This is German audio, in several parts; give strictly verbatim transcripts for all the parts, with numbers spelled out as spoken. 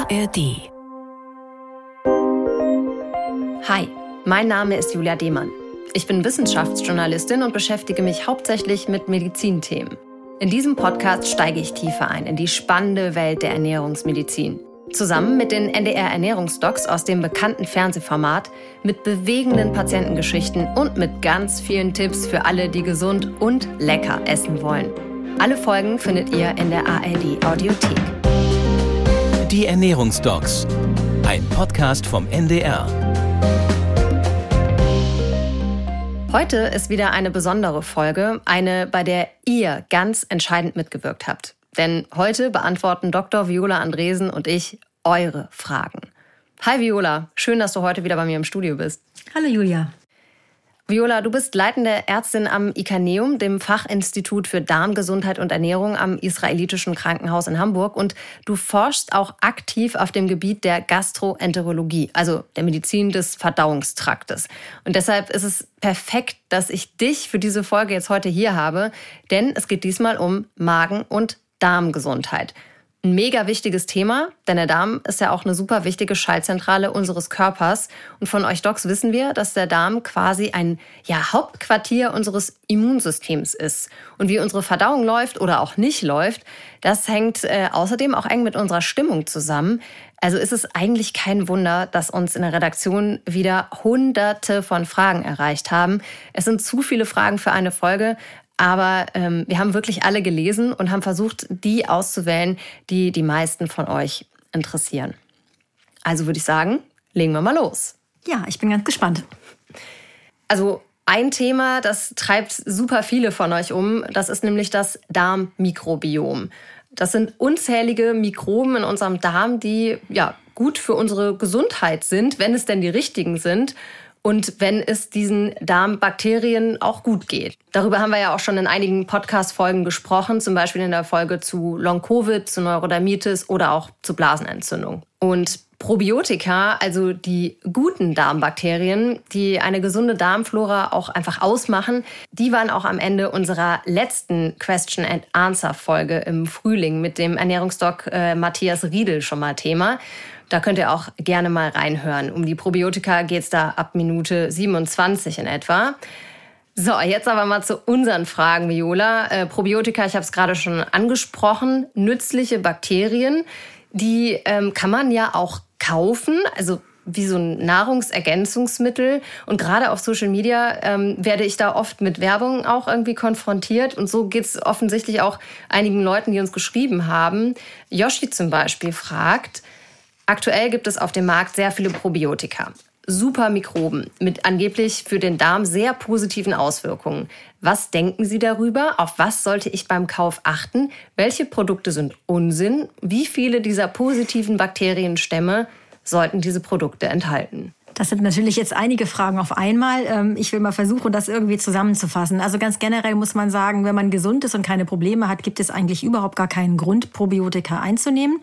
R D. Hi, mein Name ist Julia Demann. Ich bin Wissenschaftsjournalistin und beschäftige mich hauptsächlich mit Medizinthemen. In diesem Podcast steige ich tiefer ein in die spannende Welt der Ernährungsmedizin. Zusammen mit den N D R-Ernährungsdocs aus dem bekannten Fernsehformat, mit bewegenden Patientengeschichten und mit ganz vielen Tipps für alle, die gesund und lecker essen wollen. Alle Folgen findet ihr in der A R D-Audiothek. Die Ernährungsdocs, ein Podcast vom N D R. Heute ist wieder eine besondere Folge, eine, bei der ihr ganz entscheidend mitgewirkt habt. Denn heute beantworten Doktor Viola Andresen und ich eure Fragen. Hi Viola, schön, dass du heute wieder bei mir im Studio bist. Hallo Julia. Viola, du bist leitende Ärztin am IKANEUM, dem Fachinstitut für Darmgesundheit und Ernährung am Israelitischen Krankenhaus in Hamburg. Und du forschst auch aktiv auf dem Gebiet der Gastroenterologie, also der Medizin des Verdauungstraktes. Und deshalb ist es perfekt, dass ich dich für diese Folge jetzt heute hier habe, denn es geht diesmal um Magen- und Darmgesundheit. Ein mega wichtiges Thema, denn der Darm ist ja auch eine super wichtige Schaltzentrale unseres Körpers. Und von euch Docs wissen wir, dass der Darm quasi ein ja, Hauptquartier unseres Immunsystems ist. Und wie unsere Verdauung läuft oder auch nicht läuft, das hängt äh, außerdem auch eng mit unserer Stimmung zusammen. Also ist es eigentlich kein Wunder, dass uns in der Redaktion wieder Hunderte von Fragen erreicht haben. Es sind zu viele Fragen für eine Folge. Aber ähm, wir haben wirklich alle gelesen und haben versucht, die auszuwählen, die die meisten von euch interessieren. Also würde ich sagen, legen wir mal los. Ja, ich bin ganz gespannt. Also ein Thema, das treibt super viele von euch um, das ist nämlich das Darmmikrobiom. Das sind unzählige Mikroben in unserem Darm, die ja gut für unsere Gesundheit sind, wenn es denn die richtigen sind. Und wenn es diesen Darmbakterien auch gut geht. Darüber haben wir ja auch schon in einigen Podcast-Folgen gesprochen, zum Beispiel in der Folge zu Long-Covid, zu Neurodermitis oder auch zu Blasenentzündung. Und Probiotika, also die guten Darmbakterien, die eine gesunde Darmflora auch einfach ausmachen, die waren auch am Ende unserer letzten Question-and-Answer-Folge im Frühling mit dem Ernährungsdoc äh, Matthias Riedel schon mal Thema. Da könnt ihr auch gerne mal reinhören. Um die Probiotika geht es da ab Minute siebenundzwanzig in etwa. So, jetzt aber mal zu unseren Fragen, Viola. Äh, Probiotika, ich habe es gerade schon angesprochen, nützliche Bakterien, die ähm, kann man ja auch kaufen, also wie so ein Nahrungsergänzungsmittel. Und gerade auf Social Media ähm, werde ich da oft mit Werbung auch irgendwie konfrontiert. Und so geht es offensichtlich auch einigen Leuten, die uns geschrieben haben. Yoshi zum Beispiel fragt: Aktuell gibt es auf dem Markt sehr viele Probiotika. Super Mikroben mit angeblich für den Darm sehr positiven Auswirkungen. Was denken Sie darüber? Auf was sollte ich beim Kauf achten? Welche Produkte sind Unsinn? Wie viele dieser positiven Bakterienstämme sollten diese Produkte enthalten? Das sind natürlich jetzt einige Fragen auf einmal. Ich will mal versuchen, das irgendwie zusammenzufassen. Also ganz generell muss man sagen, wenn man gesund ist und keine Probleme hat, gibt es eigentlich überhaupt gar keinen Grund, Probiotika einzunehmen.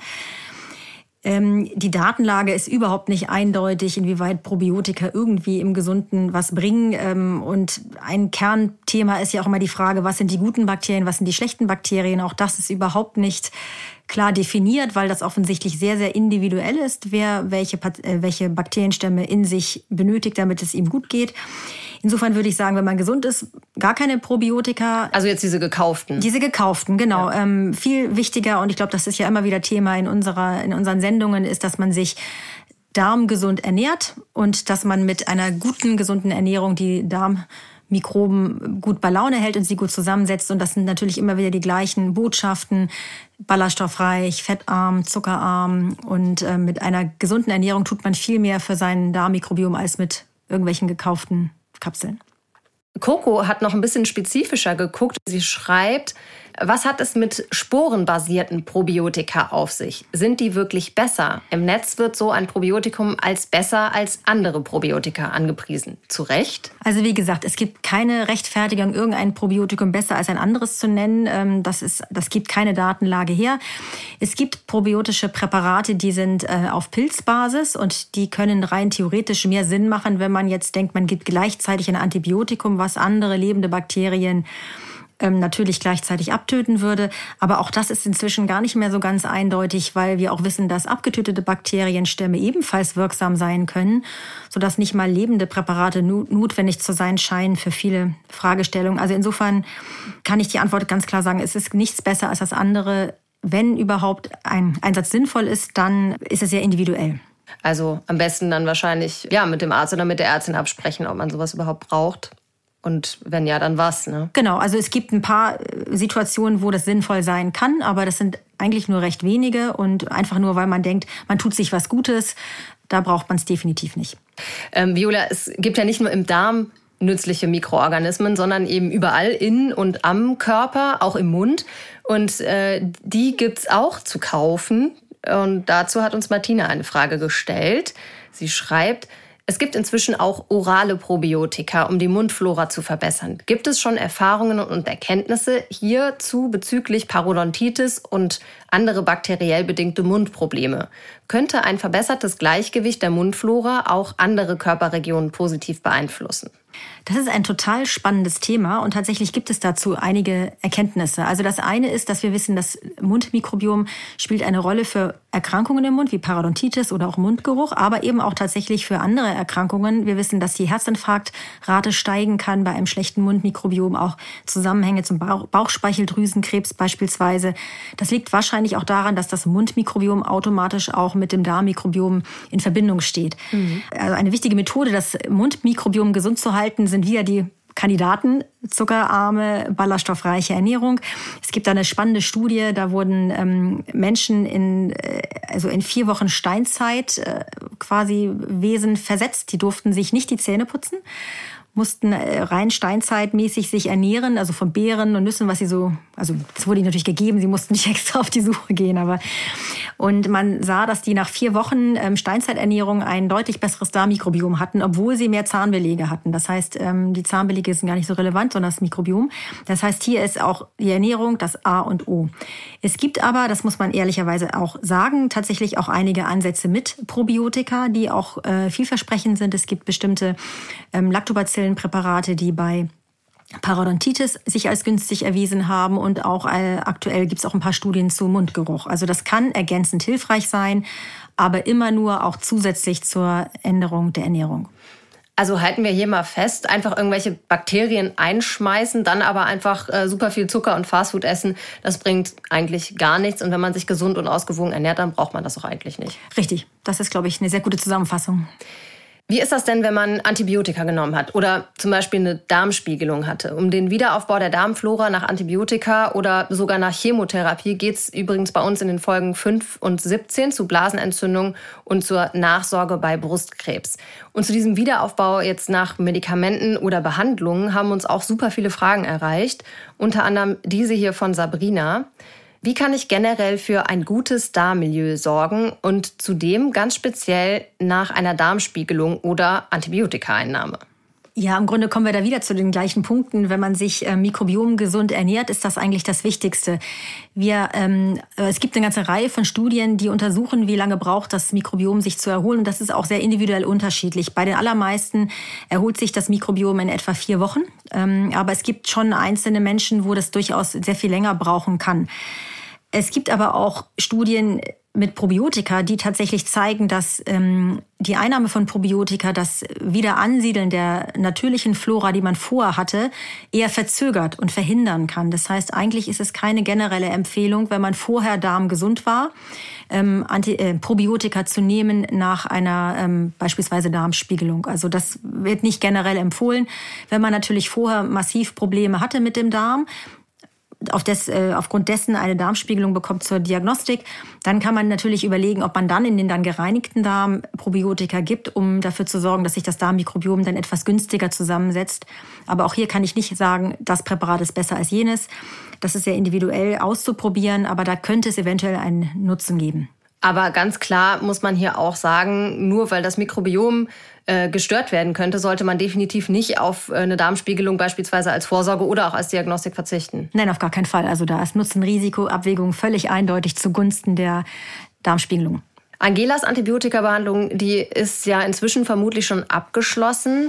Die Datenlage ist überhaupt nicht eindeutig, inwieweit Probiotika irgendwie im Gesunden was bringen. Und ein Kernthema ist ja auch immer die Frage, was sind die guten Bakterien, was sind die schlechten Bakterien. Auch das ist überhaupt nicht klar definiert, weil das offensichtlich sehr, sehr individuell ist, wer welche, welche Bakterienstämme in sich benötigt, damit es ihm gut geht. Insofern würde ich sagen, wenn man gesund ist, gar keine Probiotika. Also jetzt diese gekauften. Diese gekauften, genau. Ja. Ähm, viel wichtiger, und ich glaube, das ist ja immer wieder Thema in unserer, in unseren Sendungen, ist, dass man sich darmgesund ernährt und dass man mit einer guten, gesunden Ernährung die Darmmikroben gut bei Laune hält und sie gut zusammensetzt. Und das sind natürlich immer wieder die gleichen Botschaften: ballaststoffreich, fettarm, zuckerarm. Und äh, mit einer gesunden Ernährung tut man viel mehr für sein Darmmikrobiom als mit irgendwelchen gekauften Kapseln. Coco hat noch ein bisschen spezifischer geguckt. Sie schreibt: Was hat es mit sporenbasierten Probiotika auf sich? Sind die wirklich besser? Im Netz wird so ein Probiotikum als besser als andere Probiotika angepriesen. Zu Recht? Also wie gesagt, es gibt keine Rechtfertigung, irgendein Probiotikum besser als ein anderes zu nennen. Das ist, das gibt keine Datenlage her. Es gibt probiotische Präparate, die sind auf Pilzbasis und die können rein theoretisch mehr Sinn machen, wenn man jetzt denkt, man gibt gleichzeitig ein Antibiotikum, was andere lebende Bakterien ähm, natürlich gleichzeitig abtöten würde. Aber auch das ist inzwischen gar nicht mehr so ganz eindeutig, weil wir auch wissen, dass abgetötete Bakterienstämme ebenfalls wirksam sein können, sodass nicht mal lebende Präparate notwendig zu sein scheinen für viele Fragestellungen. Also insofern kann ich die Antwort ganz klar sagen, es ist nichts besser als das andere. Wenn überhaupt ein Einsatz sinnvoll ist, dann ist es sehr individuell. Also am besten dann wahrscheinlich ja mit dem Arzt oder mit der Ärztin absprechen, ob man sowas überhaupt braucht. Und wenn ja, dann was, ne? Genau, also es gibt ein paar Situationen, wo das sinnvoll sein kann, aber das sind eigentlich nur recht wenige und einfach nur, weil man denkt, man tut sich was Gutes, da braucht man es definitiv nicht. Ähm, Viola, es gibt ja nicht nur im Darm nützliche Mikroorganismen, sondern eben überall in und am Körper, auch im Mund. Und äh, die gibt's auch zu kaufen. Und dazu hat uns Martina eine Frage gestellt. Sie schreibt, es gibt inzwischen auch orale Probiotika, um die Mundflora zu verbessern. Gibt es schon Erfahrungen und Erkenntnisse hierzu bezüglich Parodontitis und andere bakteriell bedingte Mundprobleme? Könnte ein verbessertes Gleichgewicht der Mundflora auch andere Körperregionen positiv beeinflussen? Das ist ein total spannendes Thema und tatsächlich gibt es dazu einige Erkenntnisse. Also das eine ist, dass wir wissen, das Mundmikrobiom spielt eine Rolle für Erkrankungen im Mund, wie Parodontitis oder auch Mundgeruch, aber eben auch tatsächlich für andere Erkrankungen. Wir wissen, dass die Herzinfarktrate steigen kann bei einem schlechten Mundmikrobiom, auch Zusammenhänge zum Bauchspeicheldrüsenkrebs beispielsweise. Das liegt wahrscheinlich auch daran, dass das Mundmikrobiom automatisch auch mit dem Darmmikrobiom in Verbindung steht. Mhm. Also eine wichtige Methode, das Mundmikrobiom gesund zu halten, sind wieder die Kandidaten, zuckerarme, ballaststoffreiche Ernährung. Es gibt da eine spannende Studie, da wurden ähm, Menschen in, also in vier Wochen Steinzeit äh, quasi Wesen versetzt. Die durften sich nicht die Zähne putzen, mussten rein steinzeitmäßig sich ernähren, also von Beeren und Nüssen, was sie so, also das wurde ihnen natürlich gegeben, sie mussten nicht extra auf die Suche gehen, aber und man sah, dass die nach vier Wochen ähm, Steinzeiternährung ein deutlich besseres Darmmikrobiom hatten, obwohl sie mehr Zahnbelege hatten. Das heißt, ähm, die Zahnbelege sind gar nicht so relevant, sondern das Mikrobiom. Das heißt, hier ist auch die Ernährung das A und O. Es gibt aber, das muss man ehrlicherweise auch sagen, tatsächlich auch einige Ansätze mit Probiotika, die auch äh, vielversprechend sind. Es gibt bestimmte ähm, Lactobacillenpräparate, die bei Parodontitis sich als günstig erwiesen haben und auch äh, aktuell gibt es auch ein paar Studien zu Mundgeruch. Also das kann ergänzend hilfreich sein, aber immer nur auch zusätzlich zur Änderung der Ernährung. Also halten wir hier mal fest, einfach irgendwelche Bakterien einschmeißen, dann aber einfach äh, super viel Zucker und Fastfood essen, das bringt eigentlich gar nichts. Und wenn man sich gesund und ausgewogen ernährt, dann braucht man das auch eigentlich nicht. Richtig, das ist, glaube ich, eine sehr gute Zusammenfassung. Wie ist das denn, wenn man Antibiotika genommen hat oder zum Beispiel eine Darmspiegelung hatte? Um den Wiederaufbau der Darmflora nach Antibiotika oder sogar nach Chemotherapie geht es übrigens bei uns in den Folgen fünf und siebzehn zu Blasenentzündung und zur Nachsorge bei Brustkrebs. Und zu diesem Wiederaufbau jetzt nach Medikamenten oder Behandlungen haben uns auch super viele Fragen erreicht. Unter anderem diese hier von Sabrina. Wie kann ich generell für ein gutes Darmmilieu sorgen und zudem ganz speziell nach einer Darmspiegelung oder Antibiotikaeinnahme? Ja, im Grunde kommen wir da wieder zu den gleichen Punkten. Wenn man sich äh, mikrobiomgesund ernährt, ist das eigentlich das Wichtigste. Wir, ähm, es gibt eine ganze Reihe von Studien, die untersuchen, wie lange braucht das Mikrobiom sich zu erholen. Und das ist auch sehr individuell unterschiedlich. Bei den allermeisten erholt sich das Mikrobiom in etwa vier Wochen. Ähm, aber es gibt schon einzelne Menschen, wo das durchaus sehr viel länger brauchen kann. Es gibt aber auch Studien mit Probiotika, die tatsächlich zeigen, dass ähm, die Einnahme von Probiotika das Wiederansiedeln der natürlichen Flora, die man vorher hatte, eher verzögert und verhindern kann. Das heißt, eigentlich ist es keine generelle Empfehlung, wenn man vorher darmgesund war, ähm, Anti, äh, Probiotika zu nehmen nach einer ähm, beispielsweise Darmspiegelung. Also das wird nicht generell empfohlen. Wenn man natürlich vorher massiv Probleme hatte mit dem Darm, Auf des, äh, aufgrund dessen eine Darmspiegelung bekommt zur Diagnostik, dann kann man natürlich überlegen, ob man dann in den dann gereinigten Darm Probiotika gibt, um dafür zu sorgen, dass sich das Darmmikrobiom dann etwas günstiger zusammensetzt. Aber auch hier kann ich nicht sagen, das Präparat ist besser als jenes. Das ist sehr individuell auszuprobieren, aber da könnte es eventuell einen Nutzen geben. Aber ganz klar muss man hier auch sagen, nur weil das Mikrobiom äh, gestört werden könnte, sollte man definitiv nicht auf äh, eine Darmspiegelung beispielsweise als Vorsorge oder auch als Diagnostik verzichten. Nein, auf gar keinen Fall. Also da ist Nutzen-Risiko-Abwägung völlig eindeutig zugunsten der Darmspiegelung. Angelas Antibiotikabehandlung, die ist ja inzwischen vermutlich schon abgeschlossen.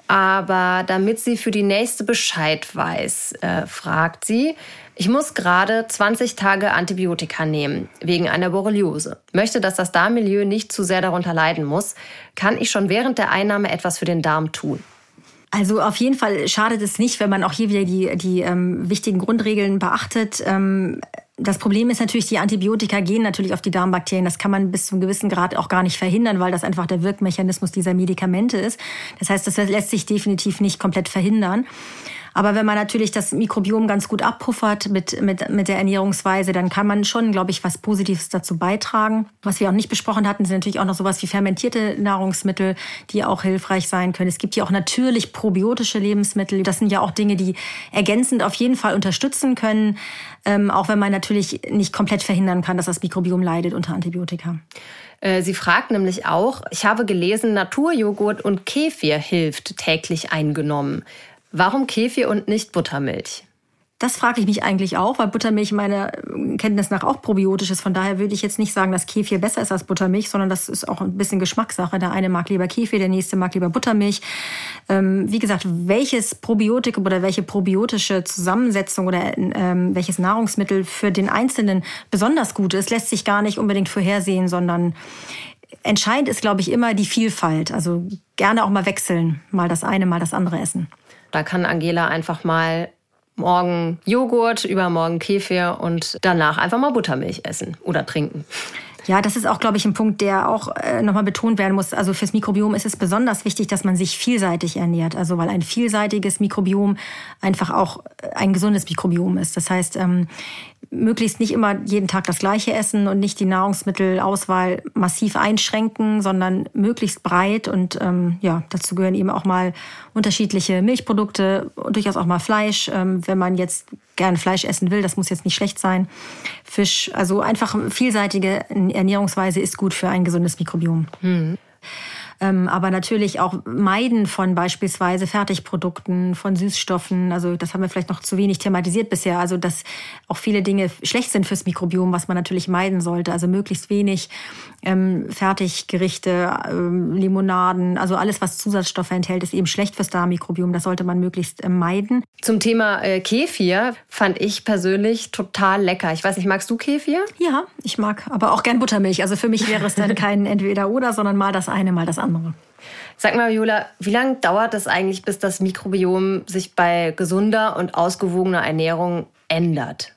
Aber damit sie für die nächste Bescheid weiß, äh, fragt sie, ich muss gerade zwanzig Tage Antibiotika nehmen, wegen einer Borreliose. Möchte, dass das Darmmilieu nicht zu sehr darunter leiden muss. Kann ich schon während der Einnahme etwas für den Darm tun? Also auf jeden Fall schadet es nicht, wenn man auch hier wieder die, die ähm, wichtigen Grundregeln beachtet. Ähm, das Problem ist natürlich, die Antibiotika gehen natürlich auf die Darmbakterien. Das kann man bis zu einem gewissen Grad auch gar nicht verhindern, weil das einfach der Wirkmechanismus dieser Medikamente ist. Das heißt, das lässt sich definitiv nicht komplett verhindern. Aber wenn man natürlich das Mikrobiom ganz gut abpuffert mit, mit, mit der Ernährungsweise, dann kann man schon, glaube ich, was Positives dazu beitragen. Was wir auch nicht besprochen hatten, sind natürlich auch noch sowas wie fermentierte Nahrungsmittel, die auch hilfreich sein können. Es gibt ja auch natürlich probiotische Lebensmittel. Das sind ja auch Dinge, die ergänzend auf jeden Fall unterstützen können, ähm, auch wenn man natürlich nicht komplett verhindern kann, dass das Mikrobiom leidet unter Antibiotika. Sie fragt nämlich auch, ich habe gelesen, Naturjoghurt und Kefir hilft täglich eingenommen. Warum Kefir und nicht Buttermilch? Das frage ich mich eigentlich auch, weil Buttermilch meiner Kenntnis nach auch probiotisch ist. Von daher würde ich jetzt nicht sagen, dass Kefir besser ist als Buttermilch, sondern das ist auch ein bisschen Geschmackssache. Der eine mag lieber Kefir, der nächste mag lieber Buttermilch. Ähm, wie gesagt, welches Probiotikum oder welche probiotische Zusammensetzung oder ähm, welches Nahrungsmittel für den Einzelnen besonders gut ist, lässt sich gar nicht unbedingt vorhersehen, sondern entscheidend ist, glaube ich, immer die Vielfalt. Also gerne auch mal wechseln, mal das eine, mal das andere essen. Da kann Angela einfach mal morgen Joghurt, übermorgen Kefir und danach einfach mal Buttermilch essen oder trinken. Ja, das ist auch, glaube ich, ein Punkt, der auch äh, nochmal betont werden muss. Also fürs Mikrobiom ist es besonders wichtig, dass man sich vielseitig ernährt. Also weil ein vielseitiges Mikrobiom einfach auch ein gesundes Mikrobiom ist. Das heißt, ähm, möglichst nicht immer jeden Tag das Gleiche essen und nicht die Nahrungsmittelauswahl massiv einschränken, sondern möglichst breit. Und ähm, ja, dazu gehören eben auch mal unterschiedliche Milchprodukte, durchaus auch mal Fleisch, ähm, wenn man jetzt gerne Fleisch essen will. Das muss jetzt nicht schlecht sein. Fisch, also einfach vielseitige Ernährungsweise ist gut für ein gesundes Mikrobiom. Hm. Ähm, aber natürlich auch meiden von beispielsweise Fertigprodukten, von Süßstoffen. Also das haben wir vielleicht noch zu wenig thematisiert bisher. Also dass auch viele Dinge schlecht sind fürs Mikrobiom, was man natürlich meiden sollte. Also möglichst wenig ähm, Fertiggerichte, ähm, Limonaden. Also alles, was Zusatzstoffe enthält, ist eben schlecht fürs Darmmikrobiom. Das sollte man möglichst äh, meiden. Zum Thema äh, Kefir fand ich persönlich total lecker. Ich weiß nicht, magst du Kefir? Ja, ich mag aber auch gern Buttermilch. Also für mich wäre es dann kein Entweder-Oder, sondern mal das eine, mal das andere. Sag mal, Viola, wie lange dauert es eigentlich, bis das Mikrobiom sich bei gesunder und ausgewogener Ernährung ändert?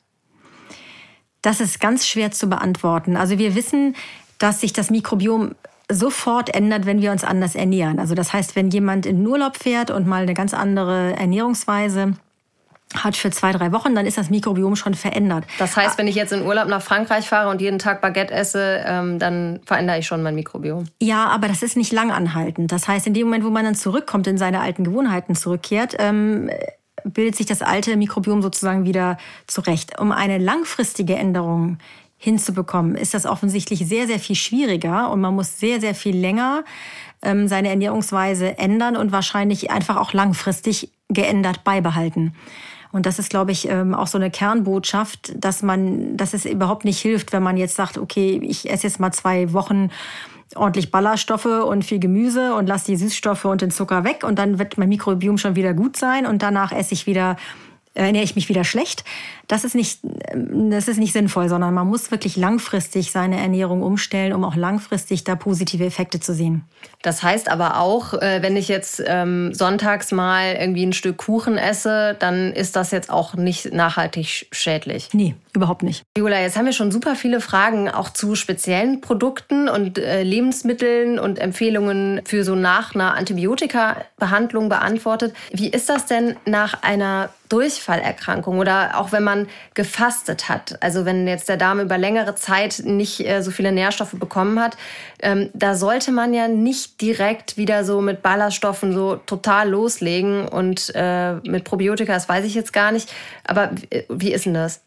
Das ist ganz schwer zu beantworten. Also wir wissen, dass sich das Mikrobiom sofort ändert, wenn wir uns anders ernähren. Also das heißt, wenn jemand in den Urlaub fährt und mal eine ganz andere Ernährungsweise hat für zwei, drei Wochen, dann ist das Mikrobiom schon verändert. Das heißt, wenn ich jetzt in Urlaub nach Frankreich fahre und jeden Tag Baguette esse, ähm, dann verändere ich schon mein Mikrobiom. Ja, aber das ist nicht lang anhaltend. Das heißt, in dem Moment, wo man dann zurückkommt, in seine alten Gewohnheiten zurückkehrt, ähm, bildet sich das alte Mikrobiom sozusagen wieder zurecht. Um eine langfristige Änderung hinzubekommen, ist das offensichtlich sehr, sehr viel schwieriger und man muss sehr, sehr viel länger ähm, seine Ernährungsweise ändern und wahrscheinlich einfach auch langfristig geändert beibehalten. Und das ist, glaube ich, auch so eine Kernbotschaft, dass man, dass es überhaupt nicht hilft, wenn man jetzt sagt, okay, ich esse jetzt mal zwei Wochen ordentlich Ballaststoffe und viel Gemüse und lasse die Süßstoffe und den Zucker weg und dann wird mein Mikrobiom schon wieder gut sein und danach esse ich wieder, ernähre ich mich wieder schlecht. Das ist nicht, das ist nicht sinnvoll, sondern man muss wirklich langfristig seine Ernährung umstellen, um auch langfristig da positive Effekte zu sehen. Das heißt aber auch, wenn ich jetzt ähm, sonntags mal irgendwie ein Stück Kuchen esse, dann ist das jetzt auch nicht nachhaltig schädlich. Nee, überhaupt nicht. Viola, jetzt haben wir schon super viele Fragen auch zu speziellen Produkten und äh, Lebensmitteln und Empfehlungen für so nach einer Antibiotika-Behandlung beantwortet. Wie ist das denn nach einer Durchfallerkrankung oder auch wenn man gefastet hat, also wenn jetzt der Darm über längere Zeit nicht äh, so viele Nährstoffe bekommen hat, ähm, da sollte man ja nicht direkt wieder so mit Ballaststoffen so total loslegen und äh, mit Probiotika, das weiß ich jetzt gar nicht, aber wie, wie ist denn das?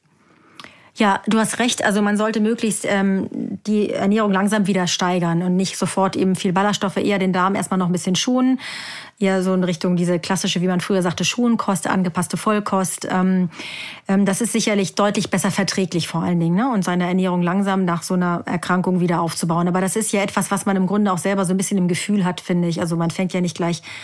Ja, du hast recht. Also man sollte möglichst ähm, die Ernährung langsam wieder steigern und nicht sofort eben viel Ballaststoffe, eher den Darm erstmal noch ein bisschen schonen. Eher so in Richtung diese klassische, wie man früher sagte, Schonkost, angepasste Vollkost. Ähm, ähm, das ist sicherlich deutlich besser verträglich vor allen Dingen, ne? Und seine Ernährung langsam nach so einer Erkrankung wieder aufzubauen. Aber das ist ja etwas, was man im Grunde auch selber so ein bisschen im Gefühl hat, finde ich. Also man fängt ja nicht gleich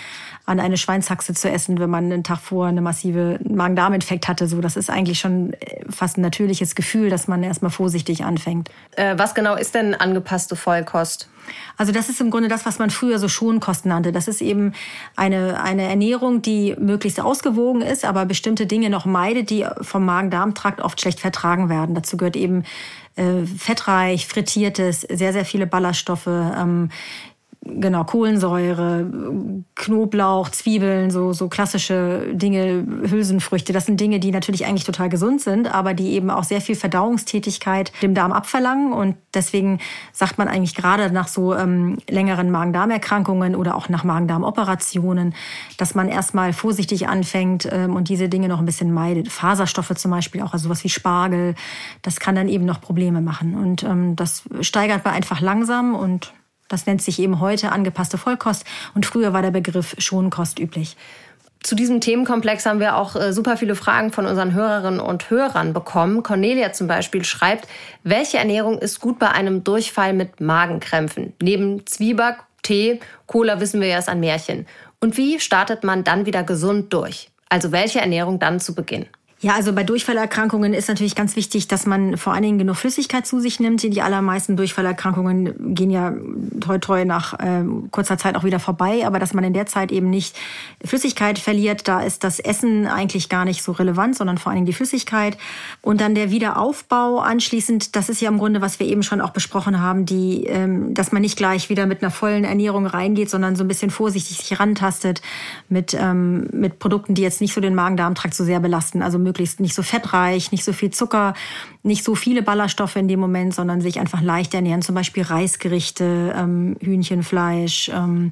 an eine Schweinshaxe zu essen, wenn man einen Tag vor eine massive Magen-Darm-Infekt hatte. So, das ist eigentlich schon fast ein natürliches Gefühl, dass man erstmal vorsichtig anfängt. Äh, was genau ist denn angepasste Vollkost? Also das ist im Grunde das, was man früher so Schonkost nannte. Das ist eben eine, eine Ernährung, die möglichst ausgewogen ist, aber bestimmte Dinge noch meidet, die vom Magen-Darm-Trakt oft schlecht vertragen werden. Dazu gehört eben äh, fettreich, frittiertes, sehr, sehr viele Ballaststoffe, ähm, genau, Kohlensäure, Knoblauch, Zwiebeln, so, so klassische Dinge, Hülsenfrüchte. Das sind Dinge, die natürlich eigentlich total gesund sind, aber die eben auch sehr viel Verdauungstätigkeit dem Darm abverlangen. Und deswegen sagt man eigentlich gerade nach so ähm, längeren Magen-Darm-Erkrankungen oder auch nach Magen-Darm-Operationen, dass man erstmal vorsichtig anfängt ähm, und diese Dinge noch ein bisschen meidet. Faserstoffe zum Beispiel auch, also sowas wie Spargel, das kann dann eben noch Probleme machen. Und ähm, das steigert man einfach langsam und das nennt sich eben heute angepasste Vollkost und früher war der Begriff Schonkost üblich. Zu diesem Themenkomplex haben wir auch äh, super viele Fragen von unseren Hörerinnen und Hörern bekommen. Cornelia zum Beispiel schreibt, welche Ernährung ist gut bei einem Durchfall mit Magenkrämpfen? Neben Zwieback, Tee, Cola wissen wir ja, ist ein Märchen. Und wie startet man dann wieder gesund durch? Also welche Ernährung dann zu Beginn? Ja, also bei Durchfallerkrankungen ist natürlich ganz wichtig, dass man vor allen Dingen genug Flüssigkeit zu sich nimmt. Die allermeisten Durchfallerkrankungen gehen ja toi toi nach äh, kurzer Zeit auch wieder vorbei, aber dass man in der Zeit eben nicht Flüssigkeit verliert, da ist das Essen eigentlich gar nicht so relevant, sondern vor allen Dingen die Flüssigkeit. Und dann der Wiederaufbau anschließend, das ist ja im Grunde, was wir eben schon auch besprochen haben, die, ähm, dass man nicht gleich wieder mit einer vollen Ernährung reingeht, sondern so ein bisschen vorsichtig sich rantastet mit, ähm, mit Produkten, die jetzt nicht so den Magen-Darm-Trakt so sehr belasten. Also möglichst nicht so fettreich, nicht so viel Zucker, nicht so viele Ballaststoffe in dem Moment, sondern sich einfach leicht ernähren. Zum Beispiel Reisgerichte, ähm, Hühnchenfleisch, ähm,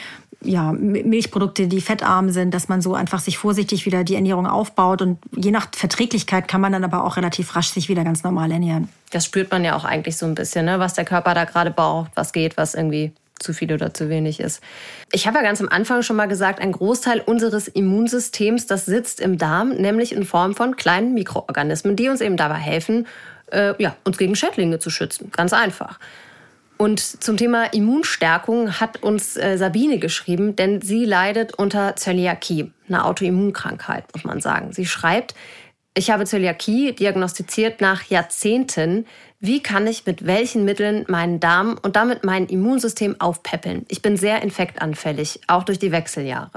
ja, Milchprodukte, die fettarm sind, dass man so einfach sich vorsichtig wieder die Ernährung aufbaut. Und je nach Verträglichkeit kann man dann aber auch relativ rasch sich wieder ganz normal ernähren. Das spürt man ja auch eigentlich so ein bisschen, ne? Was der Körper da gerade braucht, was geht, was irgendwie zu viel oder zu wenig ist. Ich habe ja ganz am Anfang schon mal gesagt, ein Großteil unseres Immunsystems, das sitzt im Darm, nämlich in Form von kleinen Mikroorganismen, die uns eben dabei helfen, äh, ja, uns gegen Schädlinge zu schützen. Ganz einfach. Und zum Thema Immunstärkung hat uns äh, Sabine geschrieben, denn sie leidet unter Zöliakie, einer Autoimmunkrankheit, muss man sagen. Sie schreibt, ich habe Zöliakie diagnostiziert nach Jahrzehnten. Wie kann ich mit welchen Mitteln meinen Darm und damit mein Immunsystem aufpäppeln? Ich bin sehr infektanfällig, auch durch die Wechseljahre.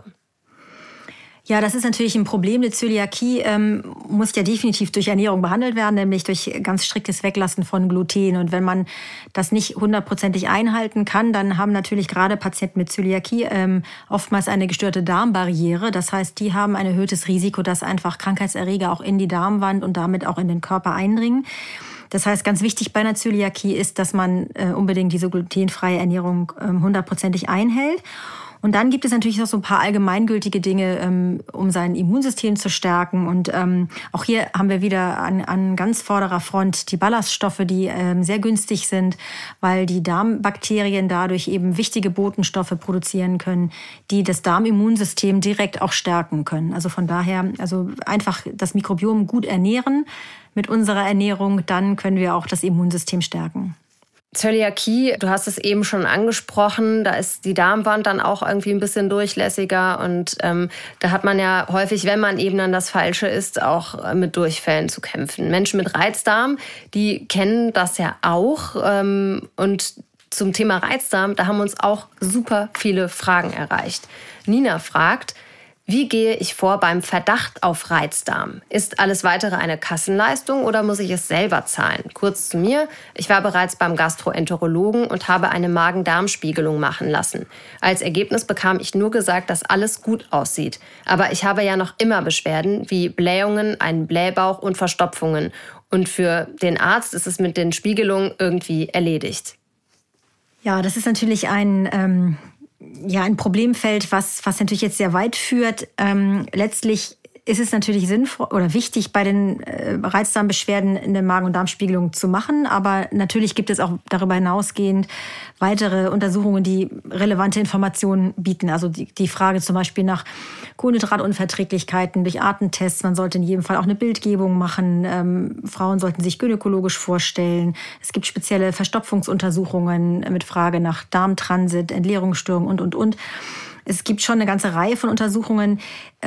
Ja, das ist natürlich ein Problem. Die Zöliakie ähm, muss ja definitiv durch Ernährung behandelt werden, nämlich durch ganz striktes Weglassen von Gluten. Und wenn man das nicht hundertprozentig einhalten kann, dann haben natürlich gerade Patienten mit Zöliakie ähm, oftmals eine gestörte Darmbarriere. Das heißt, die haben ein erhöhtes Risiko, dass einfach Krankheitserreger auch in die Darmwand und damit auch in den Körper eindringen. Das heißt, ganz wichtig bei einer Zöliakie ist, dass man äh, unbedingt diese glutenfreie Ernährung ähm, hundertprozentig einhält. Und dann gibt es natürlich noch so ein paar allgemeingültige Dinge, ähm, um sein Immunsystem zu stärken. Und ähm, auch hier haben wir wieder an, an ganz vorderer Front die Ballaststoffe, die ähm, sehr günstig sind, weil die Darmbakterien dadurch eben wichtige Botenstoffe produzieren können, die das Darmimmunsystem direkt auch stärken können. Also von daher, also einfach das Mikrobiom gut ernähren mit unserer Ernährung, dann können wir auch das Immunsystem stärken. Zöliakie, du hast es eben schon angesprochen, da ist die Darmwand dann auch irgendwie ein bisschen durchlässiger und ähm, da hat man ja häufig, wenn man eben dann das Falsche isst, auch mit Durchfällen zu kämpfen. Menschen mit Reizdarm, die kennen das ja auch ähm, und zum Thema Reizdarm, da haben uns auch super viele Fragen erreicht. Nina fragt, wie gehe ich vor beim Verdacht auf Reizdarm? Ist alles weitere eine Kassenleistung oder muss ich es selber zahlen? Kurz zu mir, ich war bereits beim Gastroenterologen und habe eine Magen-Darm-Spiegelung machen lassen. Als Ergebnis bekam ich nur gesagt, dass alles gut aussieht. Aber ich habe ja noch immer Beschwerden wie Blähungen, einen Blähbauch und Verstopfungen. Und für den Arzt ist es mit den Spiegelungen irgendwie erledigt. Ja, das ist natürlich ein... Ähm Ja, ein Problemfeld, was, was natürlich jetzt sehr weit führt. Ähm, letztlich ist es natürlich sinnvoll oder wichtig, bei den äh, Reizdarmbeschwerden eine Magen- und Darmspiegelung zu machen. Aber natürlich gibt es auch darüber hinausgehend weitere Untersuchungen, die relevante Informationen bieten. Also die, die Frage zum Beispiel nach Kohlenhydratunverträglichkeiten durch Atemtests. Man sollte in jedem Fall auch eine Bildgebung machen. Ähm, Frauen sollten sich gynäkologisch vorstellen. Es gibt spezielle Verstopfungsuntersuchungen mit Frage nach Darmtransit, Entleerungsstörungen und, und, und. Es gibt schon eine ganze Reihe von Untersuchungen.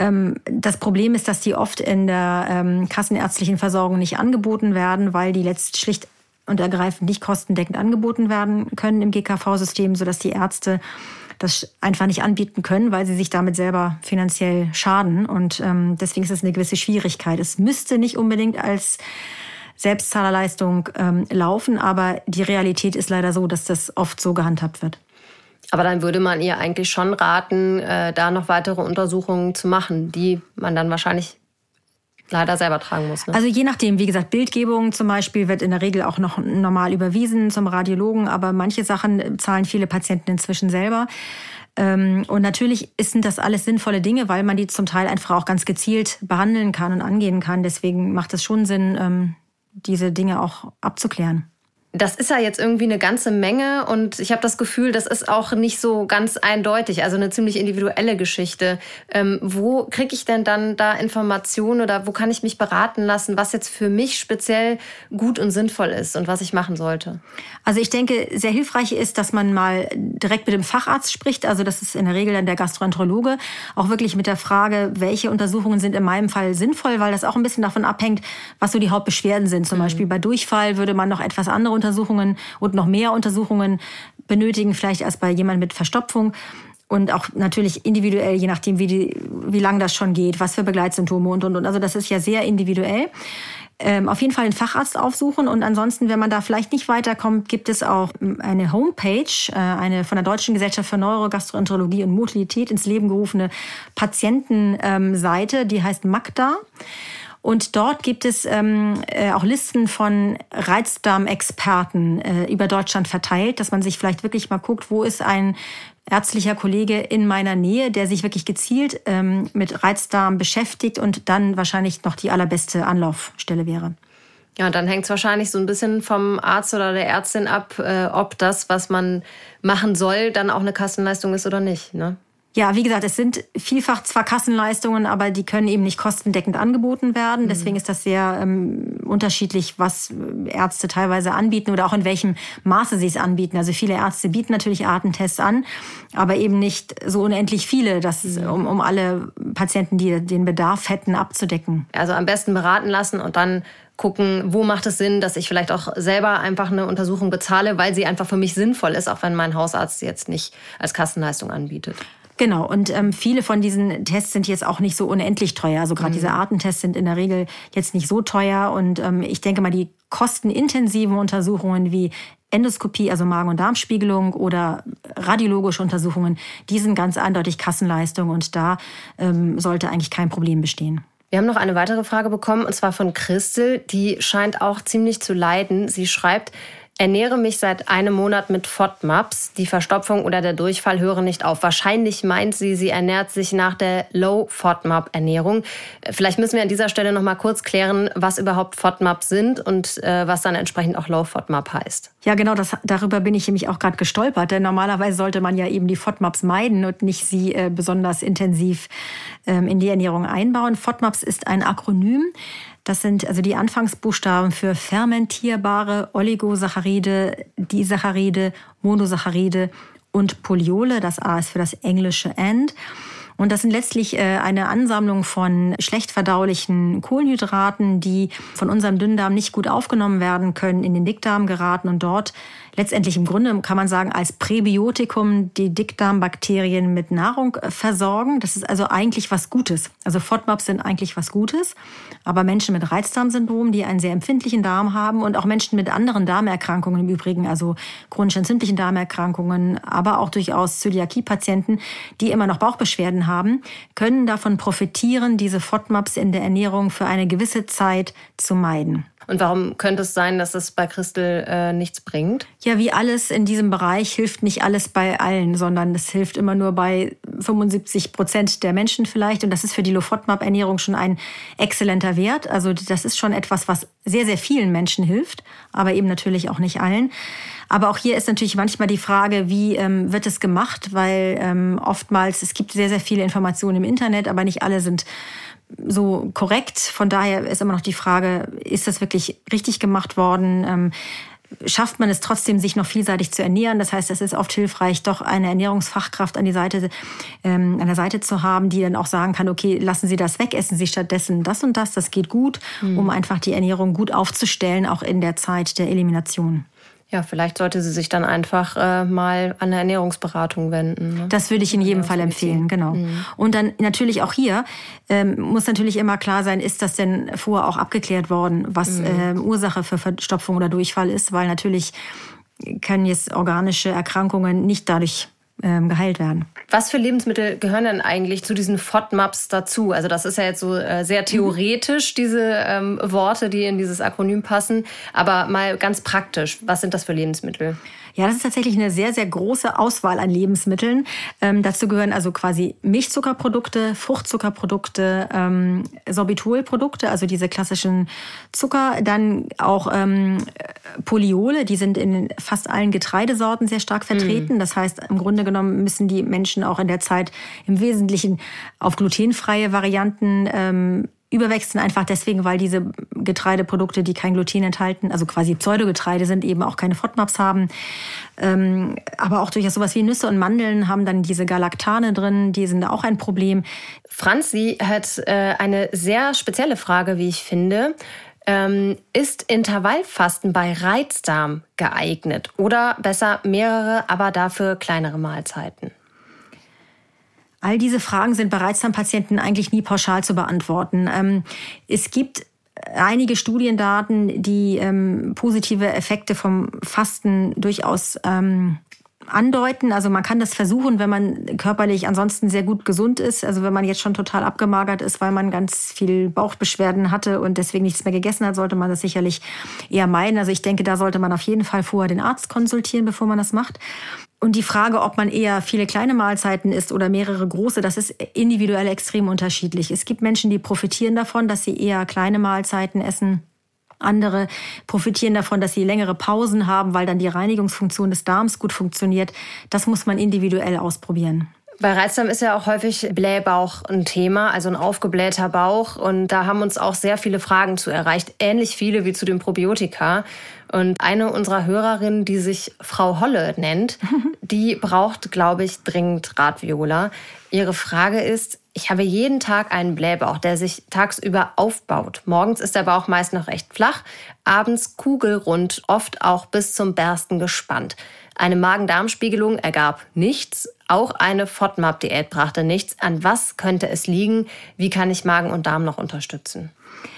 Das Problem ist, dass die oft in der kassenärztlichen Versorgung nicht angeboten werden, weil die letzt schlicht und ergreifend nicht kostendeckend angeboten werden können im G K V-System, sodass die Ärzte das einfach nicht anbieten können, weil sie sich damit selber finanziell schaden. Und deswegen ist es eine gewisse Schwierigkeit. Es müsste nicht unbedingt als Selbstzahlerleistung laufen, aber die Realität ist leider so, dass das oft so gehandhabt wird. Aber dann würde man ihr eigentlich schon raten, äh, da noch weitere Untersuchungen zu machen, die man dann wahrscheinlich leider selber tragen muss. Ne? Also je nachdem, wie gesagt, Bildgebung zum Beispiel wird in der Regel auch noch normal überwiesen zum Radiologen, aber manche Sachen zahlen viele Patienten inzwischen selber. Ähm, und natürlich sind das alles sinnvolle Dinge, weil man die zum Teil einfach auch ganz gezielt behandeln kann und angehen kann. Deswegen macht es schon Sinn, ähm, diese Dinge auch abzuklären. Das ist ja jetzt irgendwie eine ganze Menge und ich habe das Gefühl, das ist auch nicht so ganz eindeutig, also eine ziemlich individuelle Geschichte. Ähm, wo kriege ich denn dann da Informationen oder wo kann ich mich beraten lassen, was jetzt für mich speziell gut und sinnvoll ist und was ich machen sollte? Also ich denke, sehr hilfreich ist, dass man mal direkt mit dem Facharzt spricht, also das ist in der Regel dann der Gastroenterologe, auch wirklich mit der Frage, welche Untersuchungen sind in meinem Fall sinnvoll, weil das auch ein bisschen davon abhängt, was so die Hauptbeschwerden sind. Zum mhm. Beispiel bei Durchfall würde man noch etwas andere Untersuchungen und noch mehr Untersuchungen benötigen, vielleicht als bei jemandem mit Verstopfung. Und auch natürlich individuell, je nachdem, wie, die, wie lang das schon geht, was für Begleitsymptome und, und, und. Also das ist ja sehr individuell. Ähm, auf jeden Fall einen Facharzt aufsuchen. Und ansonsten, wenn man da vielleicht nicht weiterkommt, gibt es auch eine Homepage, äh, eine von der Deutschen Gesellschaft für Neurogastroenterologie und Motilität ins Leben gerufene Patientenseite, ähm, die heißt Magda. Und dort gibt es ähm, äh, auch Listen von Reizdarmexperten äh, über Deutschland verteilt, dass man sich vielleicht wirklich mal guckt, wo ist ein ärztlicher Kollege in meiner Nähe, der sich wirklich gezielt ähm, mit Reizdarm beschäftigt und dann wahrscheinlich noch die allerbeste Anlaufstelle wäre. Ja, dann hängt es wahrscheinlich so ein bisschen vom Arzt oder der Ärztin ab, äh, ob das, was man machen soll, dann auch eine Kassenleistung ist oder nicht, ne? Ja, wie gesagt, es sind vielfach zwar Kassenleistungen, aber die können eben nicht kostendeckend angeboten werden. Mhm. Deswegen ist das sehr ähm, unterschiedlich, was Ärzte teilweise anbieten oder auch in welchem Maße sie es anbieten. Also viele Ärzte bieten natürlich Atemtests an, aber eben nicht so unendlich viele, dass, mhm. um, um alle Patienten, die den Bedarf hätten, abzudecken. Also am besten beraten lassen und dann gucken, wo macht es Sinn, dass ich vielleicht auch selber einfach eine Untersuchung bezahle, weil sie einfach für mich sinnvoll ist, auch wenn mein Hausarzt sie jetzt nicht als Kassenleistung anbietet. Genau, und ähm, viele von diesen Tests sind jetzt auch nicht so unendlich teuer. Also gerade mhm. diese Atemtests sind in der Regel jetzt nicht so teuer. Und ähm, ich denke mal, die kostenintensiven Untersuchungen wie Endoskopie, also Magen- und Darmspiegelung oder radiologische Untersuchungen, die sind ganz eindeutig Kassenleistung und da ähm, sollte eigentlich kein Problem bestehen. Wir haben noch eine weitere Frage bekommen, und zwar von Christel. Die scheint auch ziemlich zu leiden. Sie schreibt: Ernähre mich seit einem Monat mit FODMAPs. Die Verstopfung oder der Durchfall hören nicht auf. Wahrscheinlich meint sie, sie ernährt sich nach der Low-FODMAP-Ernährung. Vielleicht müssen wir an dieser Stelle noch mal kurz klären, was überhaupt FODMAPs sind und äh, was dann entsprechend auch Low-FODMAP heißt. Ja, genau, das, darüber bin ich nämlich auch gerade gestolpert. Denn normalerweise sollte man ja eben die FODMAPs meiden und nicht sie äh, besonders intensiv ähm, in die Ernährung einbauen. FODMAPs ist ein Akronym. Das sind also die Anfangsbuchstaben für fermentierbare Oligosaccharide, Disaccharide, Monosaccharide und Poliole. Das A ist für das englische And. Und das sind letztlich eine Ansammlung von schlecht verdaulichen Kohlenhydraten, die von unserem Dünndarm nicht gut aufgenommen werden können, in den Dickdarm geraten und dort letztendlich im Grunde, kann man sagen, als Präbiotikum die Dickdarmbakterien mit Nahrung versorgen. Das ist also eigentlich was Gutes. Also FODMAPs sind eigentlich was Gutes. Aber Menschen mit Reizdarmsyndrom, die einen sehr empfindlichen Darm haben und auch Menschen mit anderen Darmerkrankungen im Übrigen, also chronisch entzündlichen Darmerkrankungen, aber auch durchaus Zöliakie-Patienten, die immer noch Bauchbeschwerden haben, können davon profitieren, diese FODMAPs in der Ernährung für eine gewisse Zeit zu meiden. Und warum könnte es sein, dass es bei Christel äh, nichts bringt? Ja, wie alles in diesem Bereich hilft nicht alles bei allen, sondern es hilft immer nur bei fünfundsiebzig Prozent der Menschen vielleicht. Und das ist für die Low-FODMAP-Ernährung schon ein exzellenter Wert. Also das ist schon etwas, was sehr, sehr vielen Menschen hilft, aber eben natürlich auch nicht allen. Aber auch hier ist natürlich manchmal die Frage, wie ähm, wird es gemacht? Weil ähm, oftmals, es gibt sehr, sehr viele Informationen im Internet, aber nicht alle sind so korrekt. Von daher ist immer noch die Frage, ist das wirklich richtig gemacht worden? schafft man es trotzdem, sich noch vielseitig zu ernähren. Das heißt, es ist oft hilfreich, doch eine Ernährungsfachkraft an die Seite, ähm, an der Seite zu haben, die dann auch sagen kann, okay, lassen Sie das weg, essen Sie stattdessen das und das, das geht gut, mhm. um einfach die Ernährung gut aufzustellen, auch in der Zeit der Elimination. Ja, vielleicht sollte sie sich dann einfach äh, mal an eine Ernährungsberatung wenden. Ne? Das würde ich in jedem Fall empfehlen, genau. Mhm. Und dann natürlich auch hier ähm, muss natürlich immer klar sein, ist das denn vorher auch abgeklärt worden, was mhm. äh, Ursache für Verstopfung oder Durchfall ist, weil natürlich können jetzt organische Erkrankungen nicht dadurch ähm, geheilt werden. Was für Lebensmittel gehören denn eigentlich zu diesen FODMAPs dazu? Also das ist ja jetzt so äh, sehr theoretisch, diese ähm, Worte, die in dieses Akronym passen. Aber mal ganz praktisch, was sind das für Lebensmittel? Ja, das ist tatsächlich eine sehr, sehr große Auswahl an Lebensmitteln. Ähm, dazu gehören also quasi Milchzuckerprodukte, Fruchtzuckerprodukte, ähm, Sorbitolprodukte, also diese klassischen Zucker. Dann auch ähm, Polyole, die sind in fast allen Getreidesorten sehr stark vertreten. Mhm. Das heißt, im Grunde genommen müssen die Menschen auch in der Zeit im Wesentlichen auf glutenfreie Varianten ähm, überwechseln, einfach deswegen, weil diese Getreideprodukte, die kein Gluten enthalten, also quasi Pseudogetreide sind, eben auch keine FODMAPs haben. Ähm, aber auch durchaus sowas wie Nüsse und Mandeln haben dann diese Galaktane drin, die sind auch ein Problem. Franzi hat äh, eine sehr spezielle Frage, wie ich finde. Ähm, ist Intervallfasten bei Reizdarm geeignet oder besser mehrere, aber dafür kleinere Mahlzeiten? All diese Fragen sind bei Reizdarmpatienten eigentlich nie pauschal zu beantworten. Ähm, es gibt einige Studiendaten, die ähm, positive Effekte vom Fasten durchaus ähm, andeuten. Also man kann das versuchen, wenn man körperlich ansonsten sehr gut gesund ist. Also wenn man jetzt schon total abgemagert ist, weil man ganz viel Bauchbeschwerden hatte und deswegen nichts mehr gegessen hat, sollte man das sicherlich eher meiden. Also ich denke, da sollte man auf jeden Fall vorher den Arzt konsultieren, bevor man das macht. Und die Frage, ob man eher viele kleine Mahlzeiten isst oder mehrere große, das ist individuell extrem unterschiedlich. Es gibt Menschen, die profitieren davon, dass sie eher kleine Mahlzeiten essen. Andere profitieren davon, dass sie längere Pausen haben, weil dann die Reinigungsfunktion des Darms gut funktioniert. Das muss man individuell ausprobieren. Bei Reizdarm ist ja auch häufig Blähbauch ein Thema, also ein aufgeblähter Bauch. Und da haben uns auch sehr viele Fragen zu erreicht, ähnlich viele wie zu den Probiotika. Und eine unserer Hörerinnen, die sich Frau Holle nennt, die braucht, glaube ich, dringend Rat, Viola. Ihre Frage ist: Ich habe jeden Tag einen Blähbauch, der sich tagsüber aufbaut. Morgens ist der Bauch meist noch recht flach, abends kugelrund, oft auch bis zum Bersten gespannt. Eine Magen-Darm-Spiegelung ergab nichts. Auch eine FODMAP-Diät brachte nichts. An was könnte es liegen? Wie kann ich Magen und Darm noch unterstützen?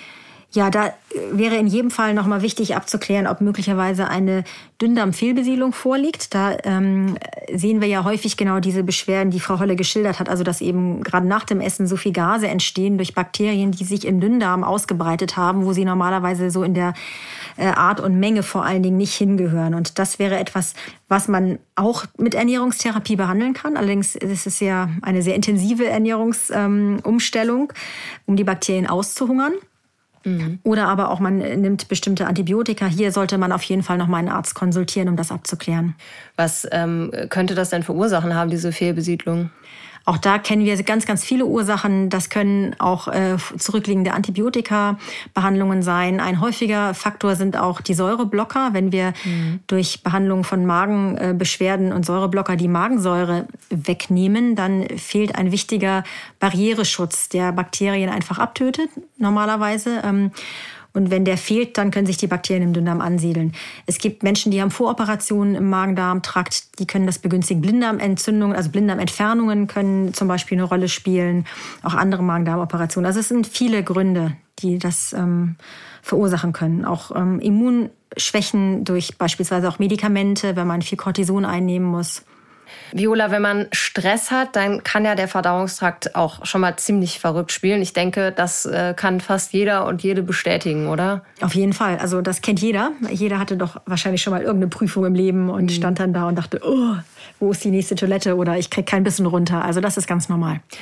Ja, da wäre in jedem Fall nochmal wichtig abzuklären, ob möglicherweise eine Dünndarmfehlbesiedlung vorliegt. Da ähm, sehen wir ja häufig genau diese Beschwerden, die Frau Holle geschildert hat. Also dass eben gerade nach dem Essen so viel Gase entstehen durch Bakterien, die sich im Dünndarm ausgebreitet haben, wo sie normalerweise so in der äh, Art und Menge vor allen Dingen nicht hingehören. Und das wäre etwas, was man auch mit Ernährungstherapie behandeln kann. Allerdings ist es ja eine sehr intensive Ernährungsumstellung, ähm, um die Bakterien auszuhungern. Mhm. Oder aber auch man nimmt bestimmte Antibiotika. Hier sollte man auf jeden Fall noch mal einen Arzt konsultieren, um das abzuklären. Was ähm, könnte das denn für Ursachen haben, diese Fehlbesiedlung? Auch da kennen wir ganz, ganz viele Ursachen. Das können auch äh, zurückliegende Antibiotika-Behandlungen sein. Ein häufiger Faktor sind auch die Säureblocker. Wenn wir mhm. durch Behandlung von Magenbeschwerden und Säureblocker die Magensäure wegnehmen, dann fehlt ein wichtiger Barriereschutz, der Bakterien einfach abtötet, normalerweise. Ähm, Und wenn der fehlt, dann können sich die Bakterien im Dünndarm ansiedeln. Es gibt Menschen, die haben Voroperationen im Magen-Darm-Trakt, die können das begünstigen. Blinddarmentzündungen, also Blinddarmentfernungen können zum Beispiel eine Rolle spielen. Auch andere Magen-Darm-Operationen. Also es sind viele Gründe, die das ähm, verursachen können. Auch ähm, Immunschwächen durch beispielsweise auch Medikamente, wenn man viel Cortison einnehmen muss. Viola, wenn man Stress hat, dann kann ja der Verdauungstrakt auch schon mal ziemlich verrückt spielen. Ich denke, das äh, kann fast jeder und jede bestätigen, oder? Auf jeden Fall. Also das kennt jeder. Jeder hatte doch wahrscheinlich schon mal irgendeine Prüfung im Leben und mhm. stand dann da und dachte, oh, wo ist die nächste Toilette oder ich krieg kein Bissen runter. Also das ist ganz normal.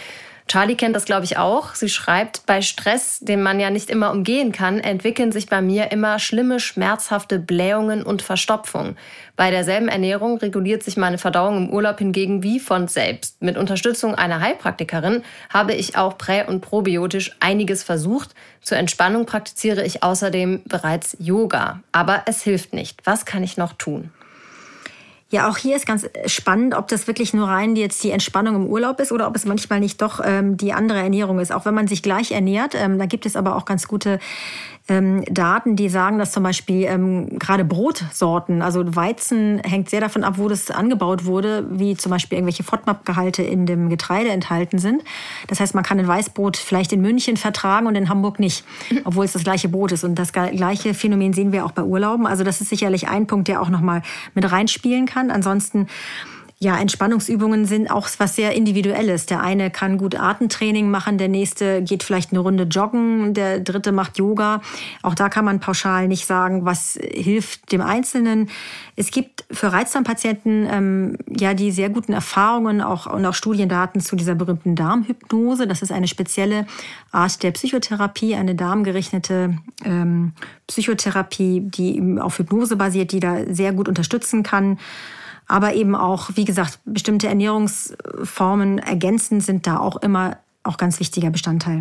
Charlie kennt das, glaube ich, auch. Sie schreibt, bei Stress, den man ja nicht immer umgehen kann, entwickeln sich bei mir immer schlimme, schmerzhafte Blähungen und Verstopfung. Bei derselben Ernährung reguliert sich meine Verdauung im Urlaub hingegen wie von selbst. Mit Unterstützung einer Heilpraktikerin habe ich auch prä- und probiotisch einiges versucht. Zur Entspannung praktiziere ich außerdem bereits Yoga. Aber es hilft nicht. Was kann ich noch tun? Ja, auch hier ist ganz spannend, ob das wirklich nur rein jetzt die Entspannung im Urlaub ist oder ob es manchmal nicht doch ähm, die andere Ernährung ist. Auch wenn man sich gleich ernährt, ähm, da gibt es aber auch ganz gute ähm, Daten, die sagen, dass zum Beispiel ähm, gerade Brotsorten, also Weizen hängt sehr davon ab, wo das angebaut wurde, wie zum Beispiel irgendwelche FODMAP-Gehalte in dem Getreide enthalten sind. Das heißt, man kann ein Weißbrot vielleicht in München vertragen und in Hamburg nicht, obwohl es das gleiche Brot ist. Und das gleiche Phänomen sehen wir auch bei Urlauben. Also das ist sicherlich ein Punkt, der auch nochmal mit reinspielen kann. Ansonsten, ja, Entspannungsübungen sind auch was sehr Individuelles. Der eine kann gut Atemtraining machen, der nächste geht vielleicht eine Runde joggen, der dritte macht Yoga. Auch da kann man pauschal nicht sagen, was hilft dem Einzelnen. Es gibt für Reizdarmpatienten ähm, ja die sehr guten Erfahrungen auch, und auch Studiendaten zu dieser berühmten Darmhypnose. Das ist eine spezielle Art der Psychotherapie, eine darmgerichtete ähm, Psychotherapie, die auf Hypnose basiert, die da sehr gut unterstützen kann. Aber eben auch, wie gesagt, bestimmte Ernährungsformen ergänzend sind da auch immer auch ganz wichtiger Bestandteil.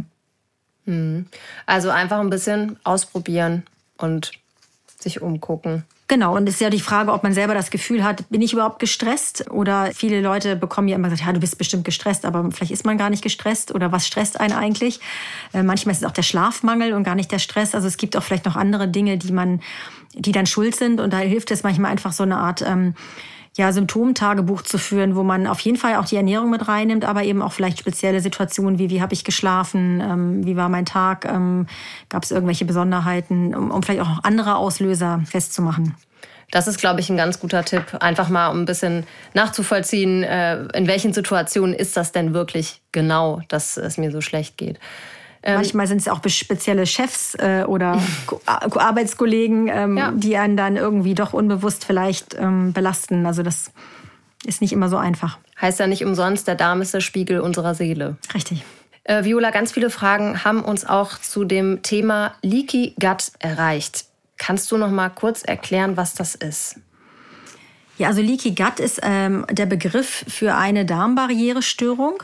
Also einfach ein bisschen ausprobieren und sich umgucken. Genau, und es ist ja die Frage, ob man selber das Gefühl hat, bin ich überhaupt gestresst? Oder viele Leute bekommen ja immer gesagt, ja, du bist bestimmt gestresst, aber vielleicht ist man gar nicht gestresst. Oder was stresst einen eigentlich? Äh, manchmal ist es auch der Schlafmangel und gar nicht der Stress. Also es gibt auch vielleicht noch andere Dinge, die man, die dann schuld sind. Und da hilft es manchmal einfach so eine Art ähm, ja, Symptomtagebuch zu führen, wo man auf jeden Fall auch die Ernährung mit reinnimmt, aber eben auch vielleicht spezielle Situationen wie, wie habe ich geschlafen, ähm, wie war mein Tag, ähm, gab es irgendwelche Besonderheiten, um, um vielleicht auch noch andere Auslöser festzumachen. Das ist, glaube ich, ein ganz guter Tipp. Einfach mal, um ein bisschen nachzuvollziehen, äh, in welchen Situationen ist das denn wirklich genau, dass es mir so schlecht geht. Manchmal sind es auch spezielle Chefs äh, oder Arbeitskollegen, ähm, ja. die einen dann irgendwie doch unbewusst vielleicht ähm, belasten. Also das ist nicht immer so einfach. Heißt ja nicht umsonst, der Darm ist der Spiegel unserer Seele. Richtig. Äh, Viola, ganz viele Fragen haben uns auch zu dem Thema Leaky Gut erreicht. Kannst du noch mal kurz erklären, was das ist? Ja, also Leaky Gut ist ähm, der Begriff für eine Darmbarrierestörung.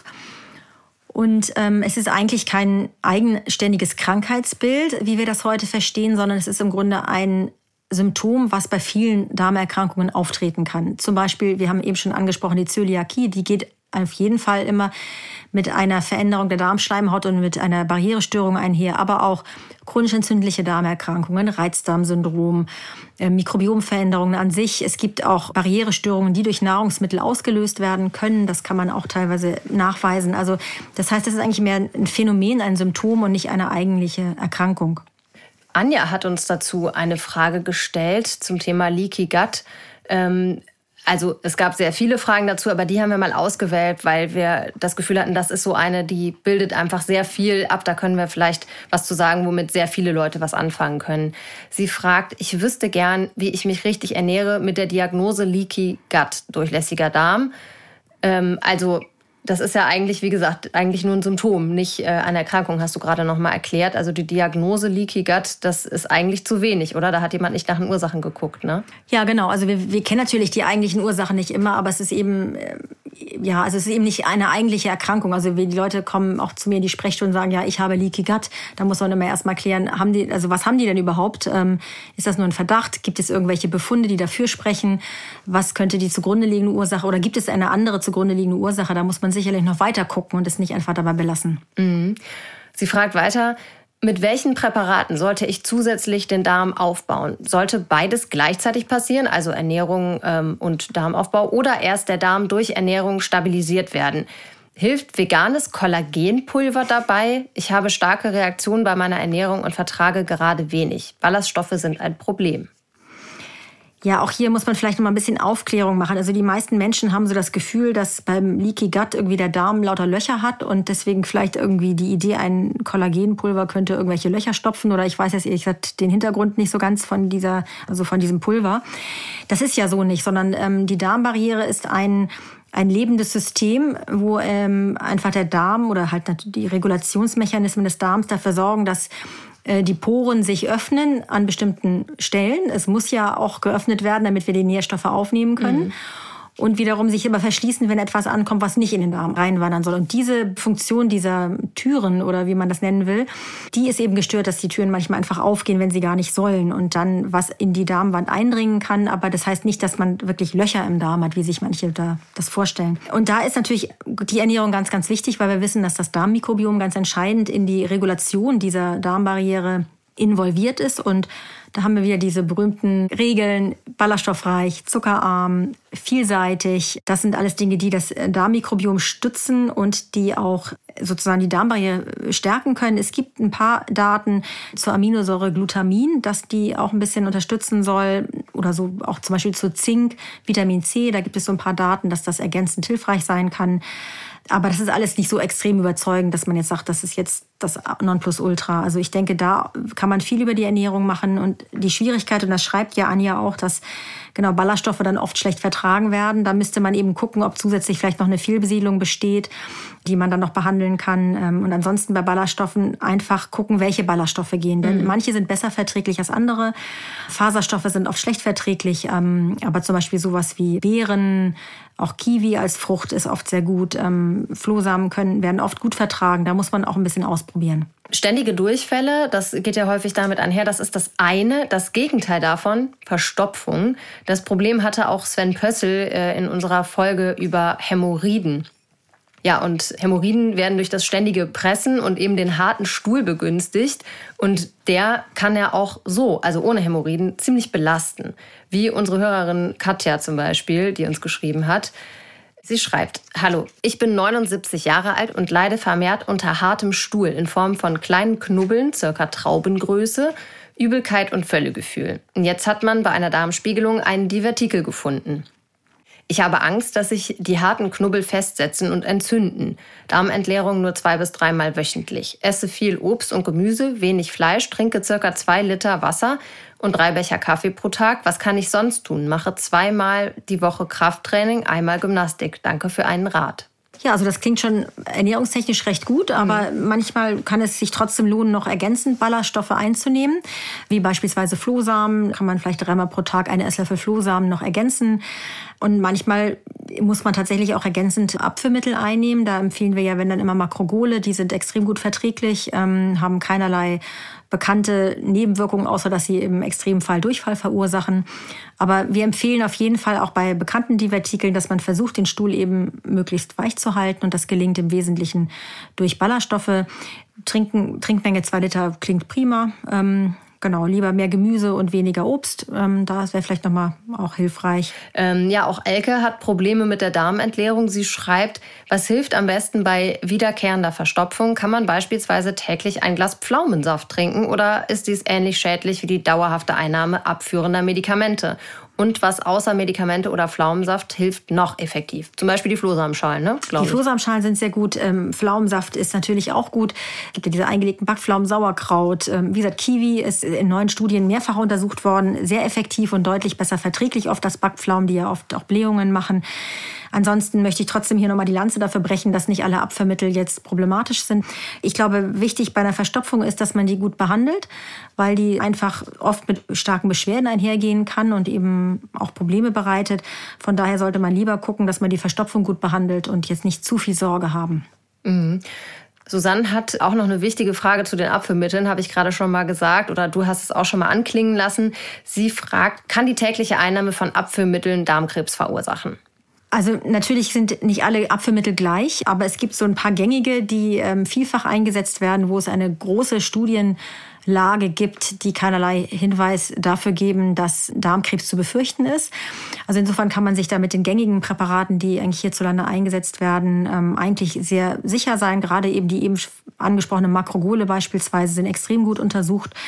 Und ähm, es ist eigentlich kein eigenständiges Krankheitsbild, wie wir das heute verstehen, sondern es ist im Grunde ein Symptom, was bei vielen Darmerkrankungen auftreten kann. Zum Beispiel, wir haben eben schon angesprochen, die Zöliakie, die geht auf jeden Fall immer mit einer Veränderung der Darmschleimhaut und mit einer Barrierestörung einher, aber auch chronisch entzündliche Darmerkrankungen, Reizdarmsyndrom, äh, Mikrobiomveränderungen an sich. Es gibt auch Barrierestörungen, die durch Nahrungsmittel ausgelöst werden können. Das kann man auch teilweise nachweisen. Also das heißt, das ist eigentlich mehr ein Phänomen, ein Symptom und nicht eine eigentliche Erkrankung. Anja hat uns dazu eine Frage gestellt zum Thema Leaky Gut. Ähm, Also es gab sehr viele Fragen dazu, aber die haben wir mal ausgewählt, weil wir das Gefühl hatten, das ist so eine, die bildet einfach sehr viel ab. Da können wir vielleicht was zu sagen, womit sehr viele Leute was anfangen können. Sie fragt, ich wüsste gern, wie ich mich richtig ernähre mit der Diagnose Leaky Gut, durchlässiger Darm. Ähm, also das ist ja eigentlich, wie gesagt, eigentlich nur ein Symptom, nicht äh, eine Erkrankung, hast du gerade noch mal erklärt. Also die Diagnose Leaky Gut, das ist eigentlich zu wenig, oder? Da hat jemand nicht nach den Ursachen geguckt, ne? Ja, genau. Also wir, wir kennen natürlich die eigentlichen Ursachen nicht immer, aber es ist eben, äh, ja, also es ist eben nicht eine eigentliche Erkrankung. Also die Leute kommen auch zu mir in die Sprechstunde und sagen, ja, ich habe Leaky Gut. Da muss man immer erst mal klären, haben die, also was haben die denn überhaupt? Ähm, ist das nur ein Verdacht? Gibt es irgendwelche Befunde, die dafür sprechen? Was könnte die zugrunde liegende Ursache? Oder gibt es eine andere zugrunde liegende Ursache? Da muss man sicherlich noch weiter gucken und es nicht einfach dabei belassen. Mhm. Sie fragt weiter, mit welchen Präparaten sollte ich zusätzlich den Darm aufbauen? Sollte beides gleichzeitig passieren, also Ernährung ähm, und Darmaufbau, oder erst der Darm durch Ernährung stabilisiert werden? Hilft veganes Kollagenpulver dabei? Ich habe starke Reaktionen bei meiner Ernährung und vertrage gerade wenig. Ballaststoffe sind ein Problem. Ja, auch hier muss man vielleicht noch mal ein bisschen Aufklärung machen. Also die meisten Menschen haben so das Gefühl, dass beim Leaky Gut irgendwie der Darm lauter Löcher hat und deswegen vielleicht irgendwie die Idee, ein Kollagenpulver könnte irgendwelche Löcher stopfen, oder ich weiß jetzt ehrlich gesagt den Hintergrund nicht so ganz von dieser, also von diesem Pulver. Das ist ja so nicht, sondern ähm, die Darmbarriere ist ein ein lebendes System, wo ähm, einfach der Darm oder halt die Regulationsmechanismen des Darms dafür sorgen, dass die Poren sich öffnen an bestimmten Stellen. Es muss ja auch geöffnet werden, damit wir die Nährstoffe aufnehmen können. Mhm. Und wiederum sich immer verschließen, wenn etwas ankommt, was nicht in den Darm reinwandern soll. Und diese Funktion dieser Türen oder wie man das nennen will, die ist eben gestört, dass die Türen manchmal einfach aufgehen, wenn sie gar nicht sollen und dann was in die Darmwand eindringen kann. Aber das heißt nicht, dass man wirklich Löcher im Darm hat, wie sich manche da das vorstellen. Und da ist natürlich die Ernährung ganz, ganz wichtig, weil wir wissen, dass das Darmmikrobiom ganz entscheidend in die Regulation dieser Darmbarriere involviert ist. Und da haben wir wieder diese berühmten Regeln: ballaststoffreich, zuckerarm, vielseitig. Das sind alles Dinge, die das Darmmikrobiom stützen und die auch sozusagen die Darmbarriere stärken können. Es gibt ein paar Daten zur Aminosäure Glutamin, dass die auch ein bisschen unterstützen soll, oder so auch zum Beispiel zu Zink, Vitamin C. Da gibt es so ein paar Daten, dass das ergänzend hilfreich sein kann. Aber das ist alles nicht so extrem überzeugend, dass man jetzt sagt, das ist jetzt das Nonplusultra. Also ich denke, da kann man viel über die Ernährung machen. Und die Schwierigkeit, und das schreibt ja Anja auch, dass genau Ballaststoffe dann oft schlecht vertragen werden. Da müsste man eben gucken, ob zusätzlich vielleicht noch eine Fehlbesiedlung besteht, die man dann noch behandeln kann. Und ansonsten bei Ballaststoffen einfach gucken, welche Ballaststoffe gehen. Denn mhm. manche sind besser verträglich als andere. Faserstoffe sind oft schlecht verträglich. Aber zum Beispiel sowas wie Beeren, auch Kiwi als Frucht ist oft sehr gut. Flohsamen können, werden oft gut vertragen. Da muss man auch ein bisschen ausprobieren. Ständige Durchfälle, das geht ja häufig damit einher, das ist das eine. Das Gegenteil davon, Verstopfung. Das Problem hatte auch Sven Pössl äh, in unserer Folge über Hämorrhoiden. Ja, und Hämorrhoiden werden durch das ständige Pressen und eben den harten Stuhl begünstigt. Und der kann ja auch so, also ohne Hämorrhoiden, ziemlich belasten. Wie unsere Hörerin Katja zum Beispiel, die uns geschrieben hat. Sie schreibt: Hallo, ich bin neunundsiebzig Jahre alt und leide vermehrt unter hartem Stuhl in Form von kleinen Knubbeln, circa Traubengröße, Übelkeit und Völlegefühl. Und jetzt hat man bei einer Darmspiegelung einen Divertikel gefunden. Ich habe Angst, dass sich die harten Knubbel festsetzen und entzünden. Darmentleerung nur zwei bis dreimal wöchentlich. Esse viel Obst und Gemüse, wenig Fleisch, trinke circa zwei Liter Wasser und drei Becher Kaffee pro Tag. Was kann ich sonst tun? Mache zweimal die Woche Krafttraining, einmal Gymnastik. Danke für einen Rat. Ja, also das klingt schon ernährungstechnisch recht gut, aber mhm. manchmal kann es sich trotzdem lohnen, noch ergänzend Ballaststoffe einzunehmen, wie beispielsweise Flohsamen. Kann man vielleicht dreimal pro Tag eine Esslöffel Flohsamen noch ergänzen. Und manchmal muss man tatsächlich auch ergänzend Abführmittel einnehmen. Da empfehlen wir ja, wenn dann immer Makrogole, die sind extrem gut verträglich, ähm, haben keinerlei bekannte Nebenwirkungen, außer dass sie im Extremfall Durchfall verursachen. Aber wir empfehlen auf jeden Fall auch bei bekannten Divertikeln, dass man versucht, den Stuhl eben möglichst weich zu halten. Und das gelingt im Wesentlichen durch Ballaststoffe. Trinken, Trinkmenge zwei Liter klingt prima. Ähm, Genau, lieber mehr Gemüse und weniger Obst. Ähm, das wäre vielleicht nochmal auch hilfreich. Ähm, ja, auch Elke hat Probleme mit der Darmentleerung. Sie schreibt, was hilft am besten bei wiederkehrender Verstopfung? Kann man beispielsweise täglich ein Glas Pflaumensaft trinken oder ist dies ähnlich schädlich wie die dauerhafte Einnahme abführender Medikamente? Und was außer Medikamente oder Pflaumensaft hilft noch effektiv? Zum Beispiel die Flohsamenschalen, ne? Die Flohsamenschalen sind sehr gut. Ähm, Pflaumensaft ist natürlich auch gut. Es gibt ja diese eingelegten Backpflaumen, Sauerkraut. Ähm, wie gesagt, Kiwi ist in neuen Studien mehrfach untersucht worden. Sehr effektiv und deutlich besser verträglich oft als Backpflaumen, die ja oft auch Blähungen machen. Ansonsten möchte ich trotzdem hier nochmal die Lanze dafür brechen, dass nicht alle Abführmittel jetzt problematisch sind. Ich glaube, wichtig bei einer Verstopfung ist, dass man die gut behandelt, weil die einfach oft mit starken Beschwerden einhergehen kann und eben auch Probleme bereitet. Von daher sollte man lieber gucken, dass man die Verstopfung gut behandelt und jetzt nicht zu viel Sorge haben. Mhm. Susanne hat auch noch eine wichtige Frage zu den Abführmitteln, habe ich gerade schon mal gesagt, oder du hast es auch schon mal anklingen lassen. Sie fragt, kann die tägliche Einnahme von Abführmitteln Darmkrebs verursachen? Also natürlich sind nicht alle Abführmittel gleich, aber es gibt so ein paar gängige, die ähm, vielfach eingesetzt werden, wo es eine große Studienlage gibt, die keinerlei Hinweis dafür geben, dass Darmkrebs zu befürchten ist. Also insofern kann man sich da mit den gängigen Präparaten, die eigentlich hierzulande eingesetzt werden, ähm, eigentlich sehr sicher sein. Gerade eben die eben angesprochenen Makrogole beispielsweise sind extrem gut untersucht.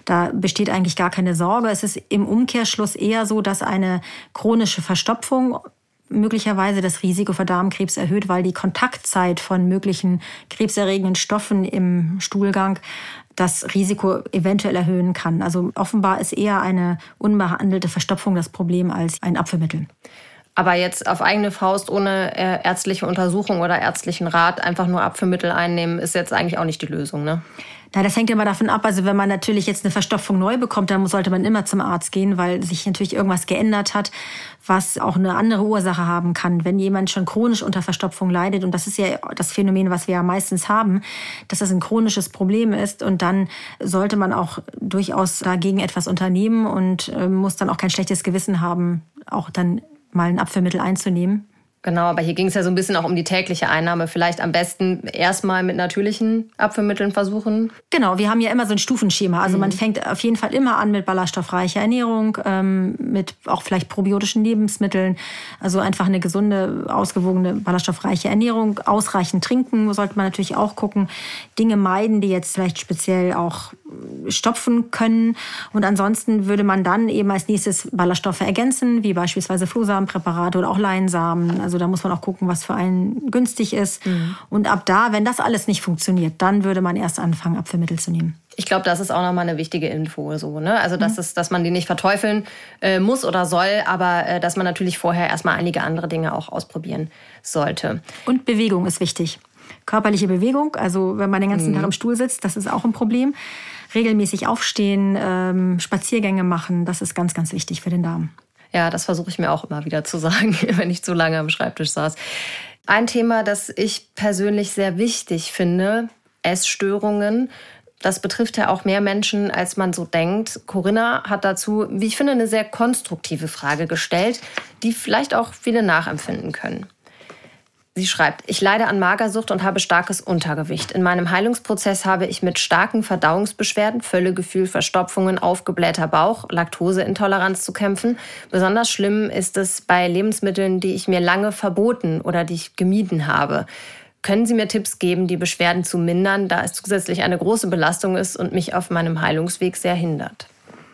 Da besteht eigentlich gar keine Sorge. Es ist im Umkehrschluss eher so, dass eine chronische Verstopfung möglicherweise das Risiko für Darmkrebs erhöht, weil die Kontaktzeit von möglichen krebserregenden Stoffen im Stuhlgang das Risiko eventuell erhöhen kann. Also offenbar ist eher eine unbehandelte Verstopfung das Problem als ein Abführmittel. Aber jetzt auf eigene Faust ohne ärztliche Untersuchung oder ärztlichen Rat einfach nur Abführmittel einnehmen, ist jetzt eigentlich auch nicht die Lösung, ne? Na, das hängt immer davon ab. Also wenn man natürlich jetzt eine Verstopfung neu bekommt, dann sollte man immer zum Arzt gehen, weil sich natürlich irgendwas geändert hat, was auch eine andere Ursache haben kann. Wenn jemand schon chronisch unter Verstopfung leidet, und das ist ja das Phänomen, was wir ja meistens haben, dass das ein chronisches Problem ist, und dann sollte man auch durchaus dagegen etwas unternehmen und äh, muss dann auch kein schlechtes Gewissen haben, auch dann mal ein Abführmittel einzunehmen. Genau, aber hier ging es ja so ein bisschen auch um die tägliche Einnahme. Vielleicht am besten erstmal mit natürlichen Abführmitteln versuchen. Genau, wir haben ja immer so ein Stufenschema. Also mhm. man fängt auf jeden Fall immer an mit ballaststoffreicher Ernährung, ähm, mit auch vielleicht probiotischen Lebensmitteln. Also einfach eine gesunde, ausgewogene, ballaststoffreiche Ernährung. Ausreichend trinken sollte man natürlich auch gucken. Dinge meiden, die jetzt vielleicht speziell auch stopfen können. Und ansonsten würde man dann eben als nächstes Ballaststoffe ergänzen, wie beispielsweise Flohsamenpräparate oder auch Leinsamen. Also da muss man auch gucken, was für einen günstig ist. Mhm. Und ab da, wenn das alles nicht funktioniert, dann würde man erst anfangen, Abführmittel zu nehmen. Ich glaube, das ist auch nochmal eine wichtige Info. So, ne? Also, dass, mhm. es, dass man die nicht verteufeln äh, muss oder soll, aber äh, dass man natürlich vorher erstmal einige andere Dinge auch ausprobieren sollte. Und Bewegung ist wichtig. Körperliche Bewegung, also wenn man den ganzen mhm. Tag im Stuhl sitzt, das ist auch ein Problem. Regelmäßig aufstehen, ähm, Spaziergänge machen, das ist ganz, ganz wichtig für den Darm. Ja, das versuche ich mir auch immer wieder zu sagen, wenn ich zu lange am Schreibtisch saß. Ein Thema, das ich persönlich sehr wichtig finde, Essstörungen. Das betrifft ja auch mehr Menschen, als man so denkt. Corinna hat dazu, wie ich finde, eine sehr konstruktive Frage gestellt, die vielleicht auch viele nachempfinden können. Sie schreibt, ich leide an Magersucht und habe starkes Untergewicht. In meinem Heilungsprozess habe ich mit starken Verdauungsbeschwerden, Völlegefühl, Verstopfungen, aufgeblähter Bauch, Laktoseintoleranz zu kämpfen. Besonders schlimm ist es bei Lebensmitteln, die ich mir lange verboten oder die ich gemieden habe. Können Sie mir Tipps geben, die Beschwerden zu mindern, da es zusätzlich eine große Belastung ist und mich auf meinem Heilungsweg sehr hindert?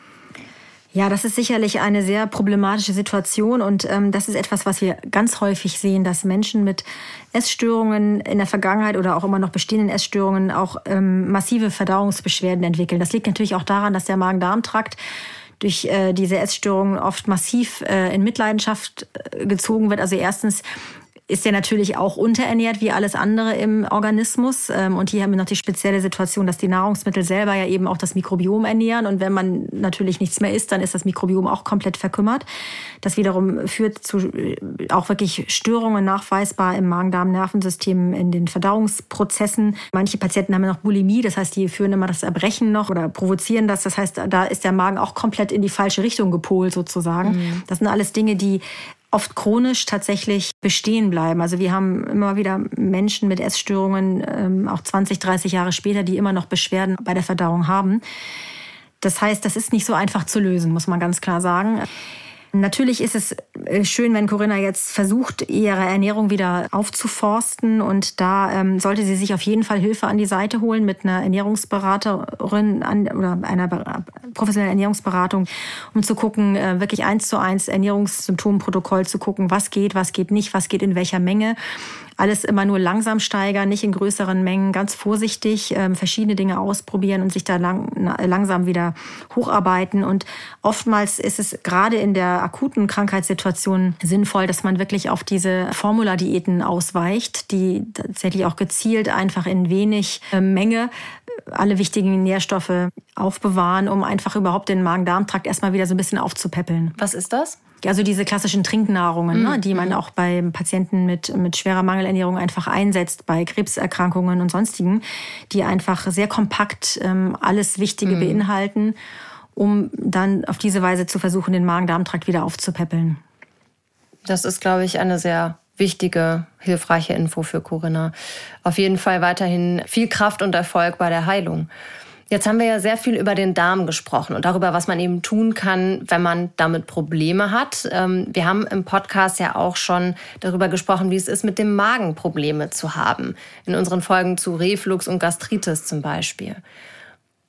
Ja, das ist sicherlich eine sehr problematische Situation, und ähm, das ist etwas, was wir ganz häufig sehen, dass Menschen mit Essstörungen in der Vergangenheit oder auch immer noch bestehenden Essstörungen auch ähm, massive Verdauungsbeschwerden entwickeln. Das liegt natürlich auch daran, dass der Magen-Darm-Trakt durch äh, diese Essstörungen oft massiv äh, in Mitleidenschaft äh, gezogen wird. Also erstens ist der natürlich auch unterernährt wie alles andere im Organismus. Und hier haben wir noch die spezielle Situation, dass die Nahrungsmittel selber ja eben auch das Mikrobiom ernähren. Und wenn man natürlich nichts mehr isst, dann ist das Mikrobiom auch komplett verkümmert. Das wiederum führt zu auch wirklich Störungen nachweisbar im Magen-Darm-Nervensystem, in den Verdauungsprozessen. Manche Patienten haben ja noch Bulimie, das heißt, die führen immer das Erbrechen noch oder provozieren das. Das heißt, da ist der Magen auch komplett in die falsche Richtung gepolt sozusagen. Mhm. Das sind alles Dinge, die oft chronisch tatsächlich bestehen bleiben. Also wir haben immer wieder Menschen mit Essstörungen, ähm, auch zwanzig, dreißig Jahre später, die immer noch Beschwerden bei der Verdauung haben. Das heißt, das ist nicht so einfach zu lösen, muss man ganz klar sagen. Natürlich ist es schön, wenn Corinna jetzt versucht, ihre Ernährung wieder aufzuforsten, und da ähm, sollte sie sich auf jeden Fall Hilfe an die Seite holen mit einer Ernährungsberaterin an, oder einer professionellen Ernährungsberatung, um zu gucken, äh, wirklich eins zu eins Ernährungssymptomprotokoll zu gucken, was geht, was geht nicht, was geht in welcher Menge. Alles immer nur langsam steigern, nicht in größeren Mengen, ganz vorsichtig, äh, verschiedene Dinge ausprobieren und sich da lang, na, langsam wieder hocharbeiten. Und oftmals ist es gerade in der akuten Krankheitssituation sinnvoll, dass man wirklich auf diese Formula-Diäten ausweicht, die tatsächlich auch gezielt einfach in wenig äh, Menge alle wichtigen Nährstoffe aufbewahren, um einfach überhaupt den Magen-Darm-Trakt erstmal wieder so ein bisschen aufzupäppeln. Was ist das? Also diese klassischen Trinknahrungen, mhm. ne, die man auch bei Patienten mit, mit schwerer Mangelernährung einfach einsetzt, bei Krebserkrankungen und sonstigen, die einfach sehr kompakt ähm, alles Wichtige mhm. beinhalten, um dann auf diese Weise zu versuchen, den Magen-Darm-Trakt wieder aufzupäppeln. Das ist, glaube ich, eine sehr wichtige, hilfreiche Info für Corinna. Auf jeden Fall weiterhin viel Kraft und Erfolg bei der Heilung. Jetzt haben wir ja sehr viel über den Darm gesprochen und darüber, was man eben tun kann, wenn man damit Probleme hat. Wir haben im Podcast ja auch schon darüber gesprochen, wie es ist, mit dem Magen Probleme zu haben. In unseren Folgen zu Reflux und Gastritis zum Beispiel.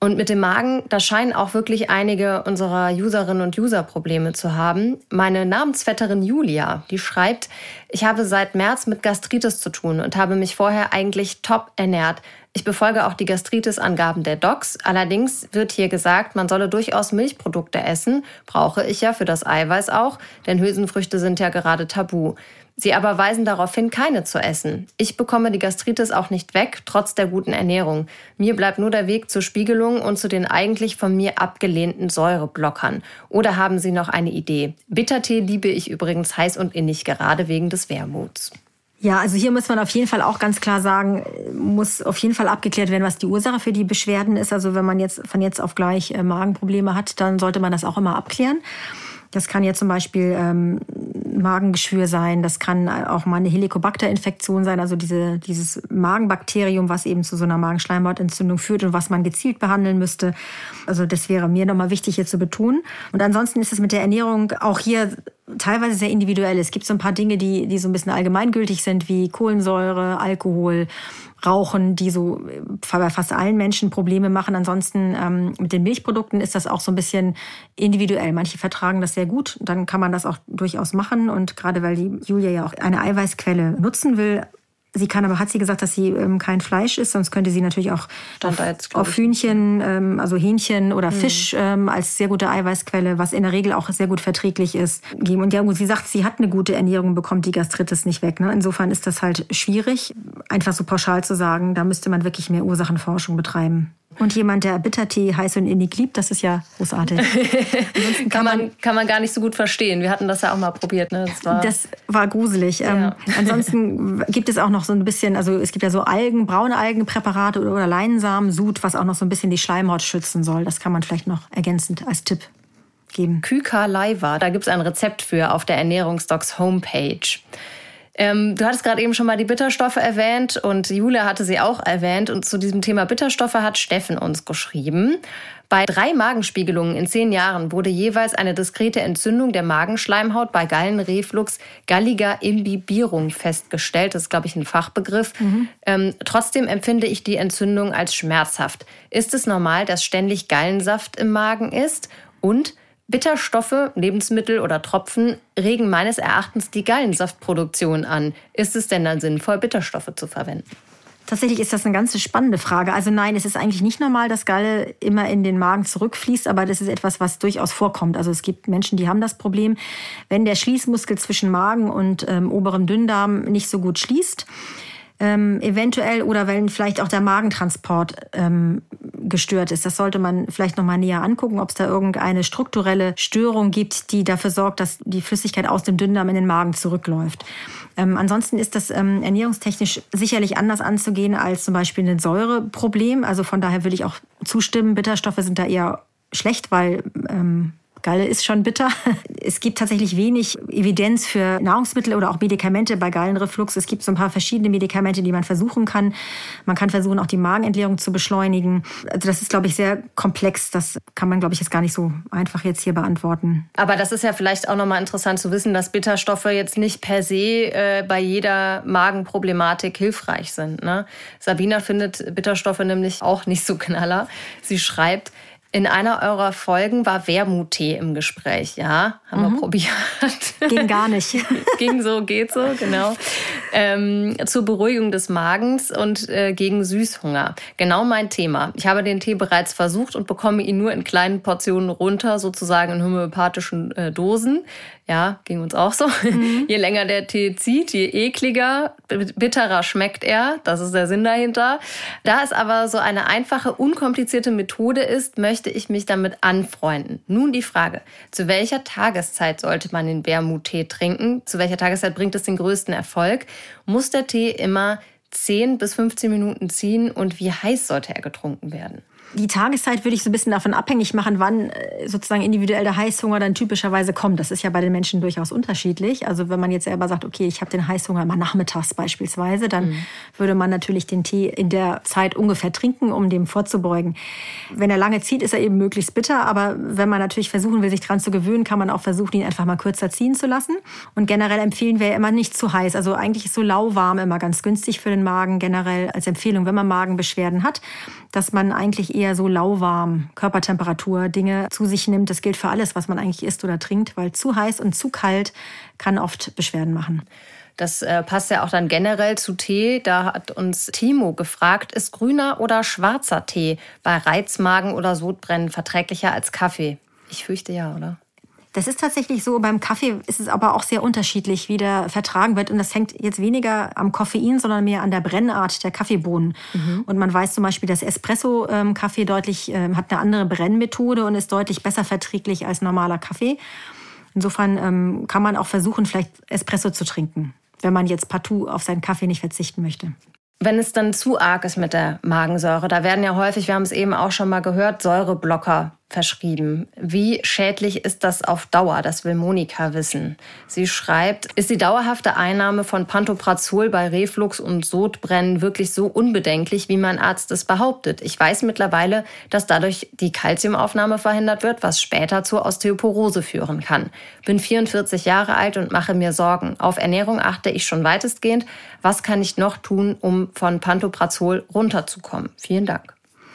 Und mit dem Magen, da scheinen auch wirklich einige unserer Userinnen und User Probleme zu haben. Meine Namensvetterin Julia, die schreibt, ich habe seit März mit Gastritis zu tun und habe mich vorher eigentlich top ernährt. Ich befolge auch die Gastritis-Angaben der Docs. Allerdings wird hier gesagt, man solle durchaus Milchprodukte essen. Brauche ich ja für das Eiweiß auch, denn Hülsenfrüchte sind ja gerade tabu. Sie aber weisen darauf hin, keine zu essen. Ich bekomme die Gastritis auch nicht weg, trotz der guten Ernährung. Mir bleibt nur der Weg zur Spiegelung und zu den eigentlich von mir abgelehnten Säureblockern. Oder haben Sie noch eine Idee? Bittertee liebe ich übrigens heiß und innig, gerade wegen des Wermuts. Ja, also hier muss man auf jeden Fall auch ganz klar sagen, muss auf jeden Fall abgeklärt werden, was die Ursache für die Beschwerden ist. Also wenn man jetzt von jetzt auf gleich Magenprobleme hat, dann sollte man das auch immer abklären. Das kann ja zum Beispiel ähm, Magengeschwür sein, das kann auch mal eine Helicobacter-Infektion sein, also diese, dieses Magenbakterium, was eben zu so einer Magenschleimhautentzündung führt und was man gezielt behandeln müsste. Also das wäre mir nochmal wichtig hier zu betonen. Und ansonsten ist es mit der Ernährung auch hier teilweise sehr individuell. Es gibt so ein paar Dinge, die, die so ein bisschen allgemeingültig sind, wie Kohlensäure, Alkohol, Rauchen, die so bei fast allen Menschen Probleme machen. Ansonsten ähm, mit den Milchprodukten ist das auch so ein bisschen individuell. Manche vertragen das sehr gut, dann kann man das auch durchaus machen. Und gerade weil die Julia ja auch eine Eiweißquelle nutzen will, sie kann aber, hat sie gesagt, dass sie ähm, kein Fleisch isst, sonst könnte sie natürlich auch auf, auf Hühnchen, ähm, also Hähnchen oder mhm. Fisch ähm, als sehr gute Eiweißquelle, was in der Regel auch sehr gut verträglich ist, geben. Und ja, gut, sie sagt, sie hat eine gute Ernährung, bekommt die Gastritis nicht weg. Ne? Insofern ist das halt schwierig, einfach so pauschal zu sagen. Da müsste man wirklich mehr Ursachenforschung betreiben. Und jemand, der Bittertee heiß und innig liebt, das ist ja großartig. kann, kann, man, kann man gar nicht so gut verstehen. Wir hatten das ja auch mal probiert. Ne? Das, war das war gruselig. Ja. Ähm, ansonsten gibt es auch noch so ein bisschen, also es gibt ja so Algen, braune Algenpräparate oder, oder Leinsamensud, was auch noch so ein bisschen die Schleimhaut schützen soll. Das kann man vielleicht noch ergänzend als Tipp geben. Kyka Leiva, da gibt es ein Rezept für auf der Ernährungsdocs Homepage. Ähm, du hattest gerade eben schon mal die Bitterstoffe erwähnt und Julia hatte sie auch erwähnt. Und zu diesem Thema Bitterstoffe hat Steffen uns geschrieben. Bei drei Magenspiegelungen in zehn Jahren wurde jeweils eine diskrete Entzündung der Magenschleimhaut bei Gallenreflux, Galliga imbibierung festgestellt. Das ist, glaube ich, ein Fachbegriff. Mhm. Ähm, trotzdem empfinde ich die Entzündung als schmerzhaft. Ist es normal, dass ständig Gallensaft im Magen ist? Und Bitterstoffe, Lebensmittel oder Tropfen regen meines Erachtens die Gallensaftproduktion an. Ist es denn dann sinnvoll, Bitterstoffe zu verwenden? Tatsächlich ist das eine ganz spannende Frage. Also nein, es ist eigentlich nicht normal, dass Galle immer in den Magen zurückfließt, aber das ist etwas, was durchaus vorkommt. Also es gibt Menschen, die haben das Problem, wenn der Schließmuskel zwischen Magen und ähm, oberem Dünndarm nicht so gut schließt, Ähm, eventuell oder wenn vielleicht auch der Magentransport ähm, gestört ist. Das sollte man vielleicht noch mal näher angucken, ob es da irgendeine strukturelle Störung gibt, die dafür sorgt, dass die Flüssigkeit aus dem Dünndarm in den Magen zurückläuft. Ähm, ansonsten ist das ähm, ernährungstechnisch sicherlich anders anzugehen als zum Beispiel ein Säureproblem. Also von daher will ich auch zustimmen, Bitterstoffe sind da eher schlecht, weil ähm, Galle ist schon bitter. Es gibt tatsächlich wenig Evidenz für Nahrungsmittel oder auch Medikamente bei Gallenreflux. Es gibt so ein paar verschiedene Medikamente, die man versuchen kann. Man kann versuchen, auch die Magenentleerung zu beschleunigen. Also das ist, glaube ich, sehr komplex. Das kann man, glaube ich, jetzt gar nicht so einfach jetzt hier beantworten. Aber das ist ja vielleicht auch nochmal interessant zu wissen, dass Bitterstoffe jetzt nicht per se äh, bei jeder Magenproblematik hilfreich sind. Ne? Sabina findet Bitterstoffe nämlich auch nicht so knaller. Sie schreibt, in einer eurer Folgen war Wermuttee im Gespräch, ja? Haben mhm. wir probiert. Ging gar nicht. Ging so, geht so, genau. Ähm, zur Beruhigung des Magens und äh, gegen Süßhunger. Genau mein Thema. Ich habe den Tee bereits versucht und bekomme ihn nur in kleinen Portionen runter, sozusagen in homöopathischen äh, Dosen. Ja, ging uns auch so. Mhm. Je länger der Tee zieht, je ekliger, bitterer schmeckt er. Das ist der Sinn dahinter. Da es aber so eine einfache, unkomplizierte Methode ist, möchte ich mich damit anfreunden. Nun die Frage, zu welcher Tageszeit sollte man den Wermuttee trinken? Zu welcher Tageszeit bringt es den größten Erfolg? Muss der Tee immer zehn bis fünfzehn Minuten ziehen und wie heiß sollte er getrunken werden? Die Tageszeit würde ich so ein bisschen davon abhängig machen, wann sozusagen individuell der Heißhunger dann typischerweise kommt. Das ist ja bei den Menschen durchaus unterschiedlich. Also wenn man jetzt selber sagt, okay, ich habe den Heißhunger mal nachmittags beispielsweise, dann mhm. würde man natürlich den Tee in der Zeit ungefähr trinken, um dem vorzubeugen. Wenn er lange zieht, ist er eben möglichst bitter. Aber wenn man natürlich versuchen will, sich dran zu gewöhnen, kann man auch versuchen, ihn einfach mal kürzer ziehen zu lassen. Und generell empfehlen wir immer nicht zu heiß. Also eigentlich ist so lauwarm immer ganz günstig für den Magen generell als Empfehlung, wenn man Magenbeschwerden hat, dass man eigentlich eher eher so lauwarm, Körpertemperatur, Dinge zu sich nimmt. Das gilt für alles, was man eigentlich isst oder trinkt, weil zu heiß und zu kalt kann oft Beschwerden machen. Das äh, passt ja auch dann generell zu Tee. Da hat uns Timo gefragt, ist grüner oder schwarzer Tee bei Reizmagen oder Sodbrennen verträglicher als Kaffee? Ich fürchte ja, oder? Das ist tatsächlich so. Beim Kaffee ist es aber auch sehr unterschiedlich, wie der vertragen wird. Und das hängt jetzt weniger am Koffein, sondern mehr an der Brennart der Kaffeebohnen. Mhm. Und man weiß zum Beispiel, dass Espresso-Kaffee deutlich äh, hat eine andere Brennmethode und ist deutlich besser verträglich als normaler Kaffee. Insofern ähm, kann man auch versuchen, vielleicht Espresso zu trinken, wenn man jetzt partout auf seinen Kaffee nicht verzichten möchte. Wenn es dann zu arg ist mit der Magensäure, da werden ja häufig, wir haben es eben auch schon mal gehört, Säureblocker verschrieben. Wie schädlich ist das auf Dauer? Das will Monika wissen. Sie schreibt, ist die dauerhafte Einnahme von Pantoprazol bei Reflux und Sodbrennen wirklich so unbedenklich, wie mein Arzt es behauptet? Ich weiß mittlerweile, dass dadurch die Kalziumaufnahme verhindert wird, was später zur Osteoporose führen kann. Bin vierundvierzig Jahre alt und mache mir Sorgen. Auf Ernährung achte ich schon weitestgehend. Was kann ich noch tun, um von Pantoprazol runterzukommen? Vielen Dank.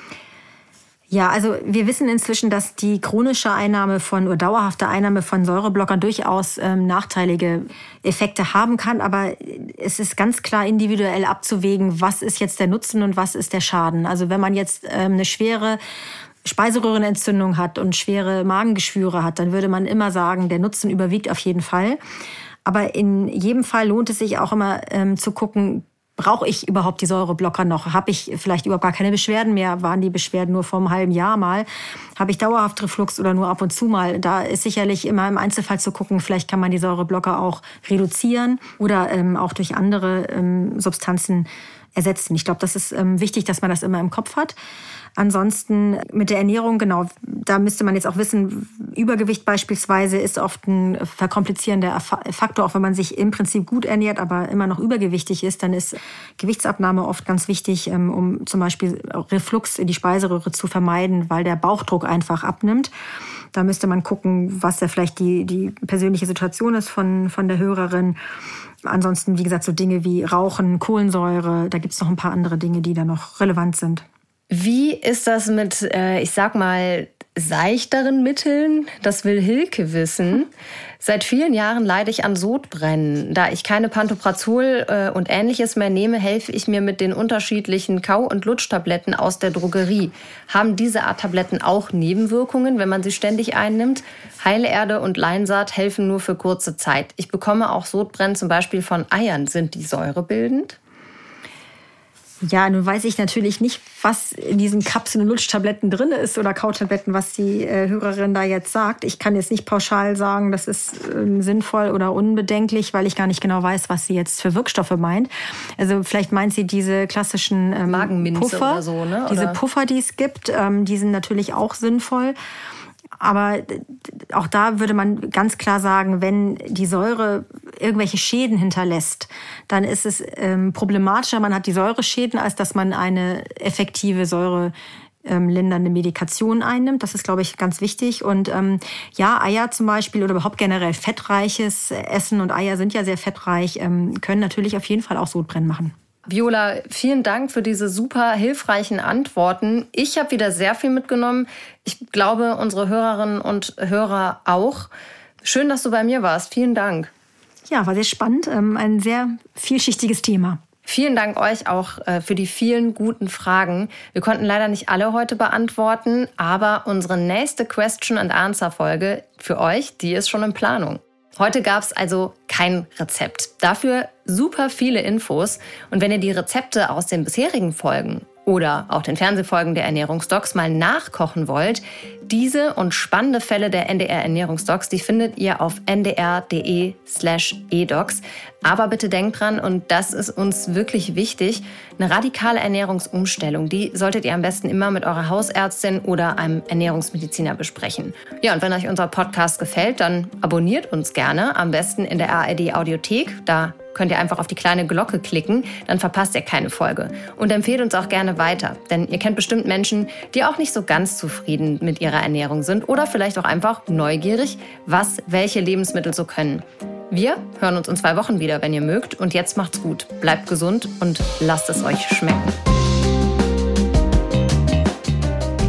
Ja, also wir wissen inzwischen, dass die chronische Einnahme von oder dauerhafte Einnahme von Säureblockern durchaus ähm, nachteilige Effekte haben kann. Aber es ist ganz klar individuell abzuwägen, was ist jetzt der Nutzen und was ist der Schaden. Also wenn man jetzt ähm, eine schwere Speiseröhrenentzündung hat und schwere Magengeschwüre hat, dann würde man immer sagen, der Nutzen überwiegt auf jeden Fall. Aber in jedem Fall lohnt es sich auch immer ähm, zu gucken, brauche ich überhaupt die Säureblocker noch? Habe ich vielleicht überhaupt gar keine Beschwerden mehr? Waren die Beschwerden nur vor einem halben Jahr mal? Habe ich dauerhaft Reflux oder nur ab und zu mal? Da ist sicherlich immer im Einzelfall zu gucken, vielleicht kann man die Säureblocker auch reduzieren oder ähm, auch durch andere ähm, Substanzen ersetzen. Ich glaube, das ist ähm, wichtig, dass man das immer im Kopf hat. Ansonsten mit der Ernährung, genau, da müsste man jetzt auch wissen, Übergewicht beispielsweise ist oft ein verkomplizierender Faktor, auch wenn man sich im Prinzip gut ernährt, aber immer noch übergewichtig ist, dann ist Gewichtsabnahme oft ganz wichtig, um zum Beispiel Reflux in die Speiseröhre zu vermeiden, weil der Bauchdruck einfach abnimmt. Da müsste man gucken, was da vielleicht die, die persönliche Situation ist von, von der Hörerin. Ansonsten, wie gesagt, so Dinge wie Rauchen, Kohlensäure, da gibt es noch ein paar andere Dinge, die da noch relevant sind. Wie ist das mit, äh, ich sag mal, seichteren Mitteln? Das will Hilke wissen. Seit vielen Jahren leide ich an Sodbrennen. Da ich keine Pantoprazol äh, und Ähnliches mehr nehme, helfe ich mir mit den unterschiedlichen Kau- und Lutschtabletten aus der Drogerie. Haben diese Art Tabletten auch Nebenwirkungen, wenn man sie ständig einnimmt? Heilerde und Leinsaat helfen nur für kurze Zeit. Ich bekomme auch Sodbrennen zum Beispiel von Eiern. Sind die säurebildend? Ja, nun weiß ich natürlich nicht, was in diesen Kapseln und Lutschtabletten drin ist oder Kautabletten, was die äh, Hörerin da jetzt sagt. Ich kann jetzt nicht pauschal sagen, das ist äh, sinnvoll oder unbedenklich, weil ich gar nicht genau weiß, was sie jetzt für Wirkstoffe meint. Also vielleicht meint sie diese klassischen ähm, Magenminze Puffer, oder so, ne? Oder? Diese Puffer, die es gibt, ähm, die sind natürlich auch sinnvoll. Aber auch da würde man ganz klar sagen, wenn die Säure irgendwelche Schäden hinterlässt, dann ist es ähm, problematischer, man hat die Säureschäden, als dass man eine effektive säurelindernde Medikation einnimmt. Das ist, glaube ich, ganz wichtig. Und ähm, ja, Eier zum Beispiel oder überhaupt generell fettreiches Essen, und Eier sind ja sehr fettreich, ähm, können natürlich auf jeden Fall auch Sodbrennen machen. Viola, vielen Dank für diese super hilfreichen Antworten. Ich habe wieder sehr viel mitgenommen. Ich glaube, unsere Hörerinnen und Hörer auch. Schön, dass du bei mir warst. Vielen Dank. Ja, war sehr spannend. Ein sehr vielschichtiges Thema. Vielen Dank euch auch für die vielen guten Fragen. Wir konnten leider nicht alle heute beantworten, aber unsere nächste Question and Answer Folge für euch, die ist schon in Planung. Heute gab es also kein Rezept. Dafür super viele Infos. Und wenn ihr die Rezepte aus den bisherigen Folgen oder auch den Fernsehfolgen der Ernährungsdocs mal nachkochen wollt, diese und spannende Fälle der N D R Ernährungsdocs, die findet ihr auf n d r punkt d e slash e docs. Aber bitte denkt dran, und das ist uns wirklich wichtig, eine radikale Ernährungsumstellung, die solltet ihr am besten immer mit eurer Hausärztin oder einem Ernährungsmediziner besprechen. Ja, und wenn euch unser Podcast gefällt, dann abonniert uns gerne, am besten in der A R D Audiothek. Da könnt ihr einfach auf die kleine Glocke klicken, dann verpasst ihr keine Folge. Und empfehlt uns auch gerne weiter, denn ihr kennt bestimmt Menschen, die auch nicht so ganz zufrieden mit ihrer Ernährung sind oder vielleicht auch einfach neugierig, was welche Lebensmittel so können. Wir hören uns in zwei Wochen wieder, wenn ihr mögt. Und jetzt macht's gut, bleibt gesund und lasst es euch schmecken.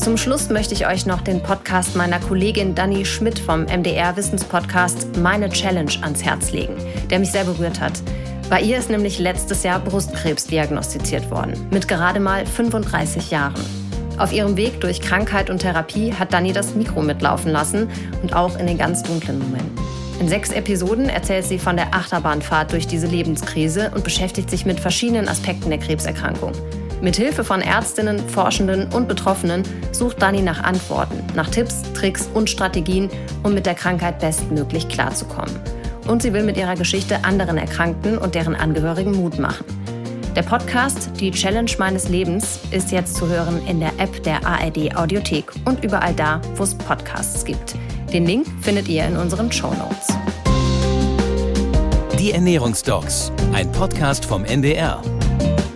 Zum Schluss möchte ich euch noch den Podcast meiner Kollegin Dani Schmidt vom M D R-Wissenspodcast Meine Challenge ans Herz legen, der mich sehr berührt hat. Bei ihr ist nämlich letztes Jahr Brustkrebs diagnostiziert worden, mit gerade mal fünfunddreißig Jahren. Auf ihrem Weg durch Krankheit und Therapie hat Dani das Mikro mitlaufen lassen und auch in den ganz dunklen Momenten. In sechs Episoden erzählt sie von der Achterbahnfahrt durch diese Lebenskrise und beschäftigt sich mit verschiedenen Aspekten der Krebserkrankung. Mithilfe von Ärztinnen, Forschenden und Betroffenen sucht Dani nach Antworten, nach Tipps, Tricks und Strategien, um mit der Krankheit bestmöglich klarzukommen. Und sie will mit ihrer Geschichte anderen Erkrankten und deren Angehörigen Mut machen. Der Podcast Die Challenge meines Lebens ist jetzt zu hören in der App der A R D Audiothek und überall da, wo es Podcasts gibt. Den Link findet ihr in unseren Shownotes. Die Ernährungsdocs, ein Podcast vom N D R.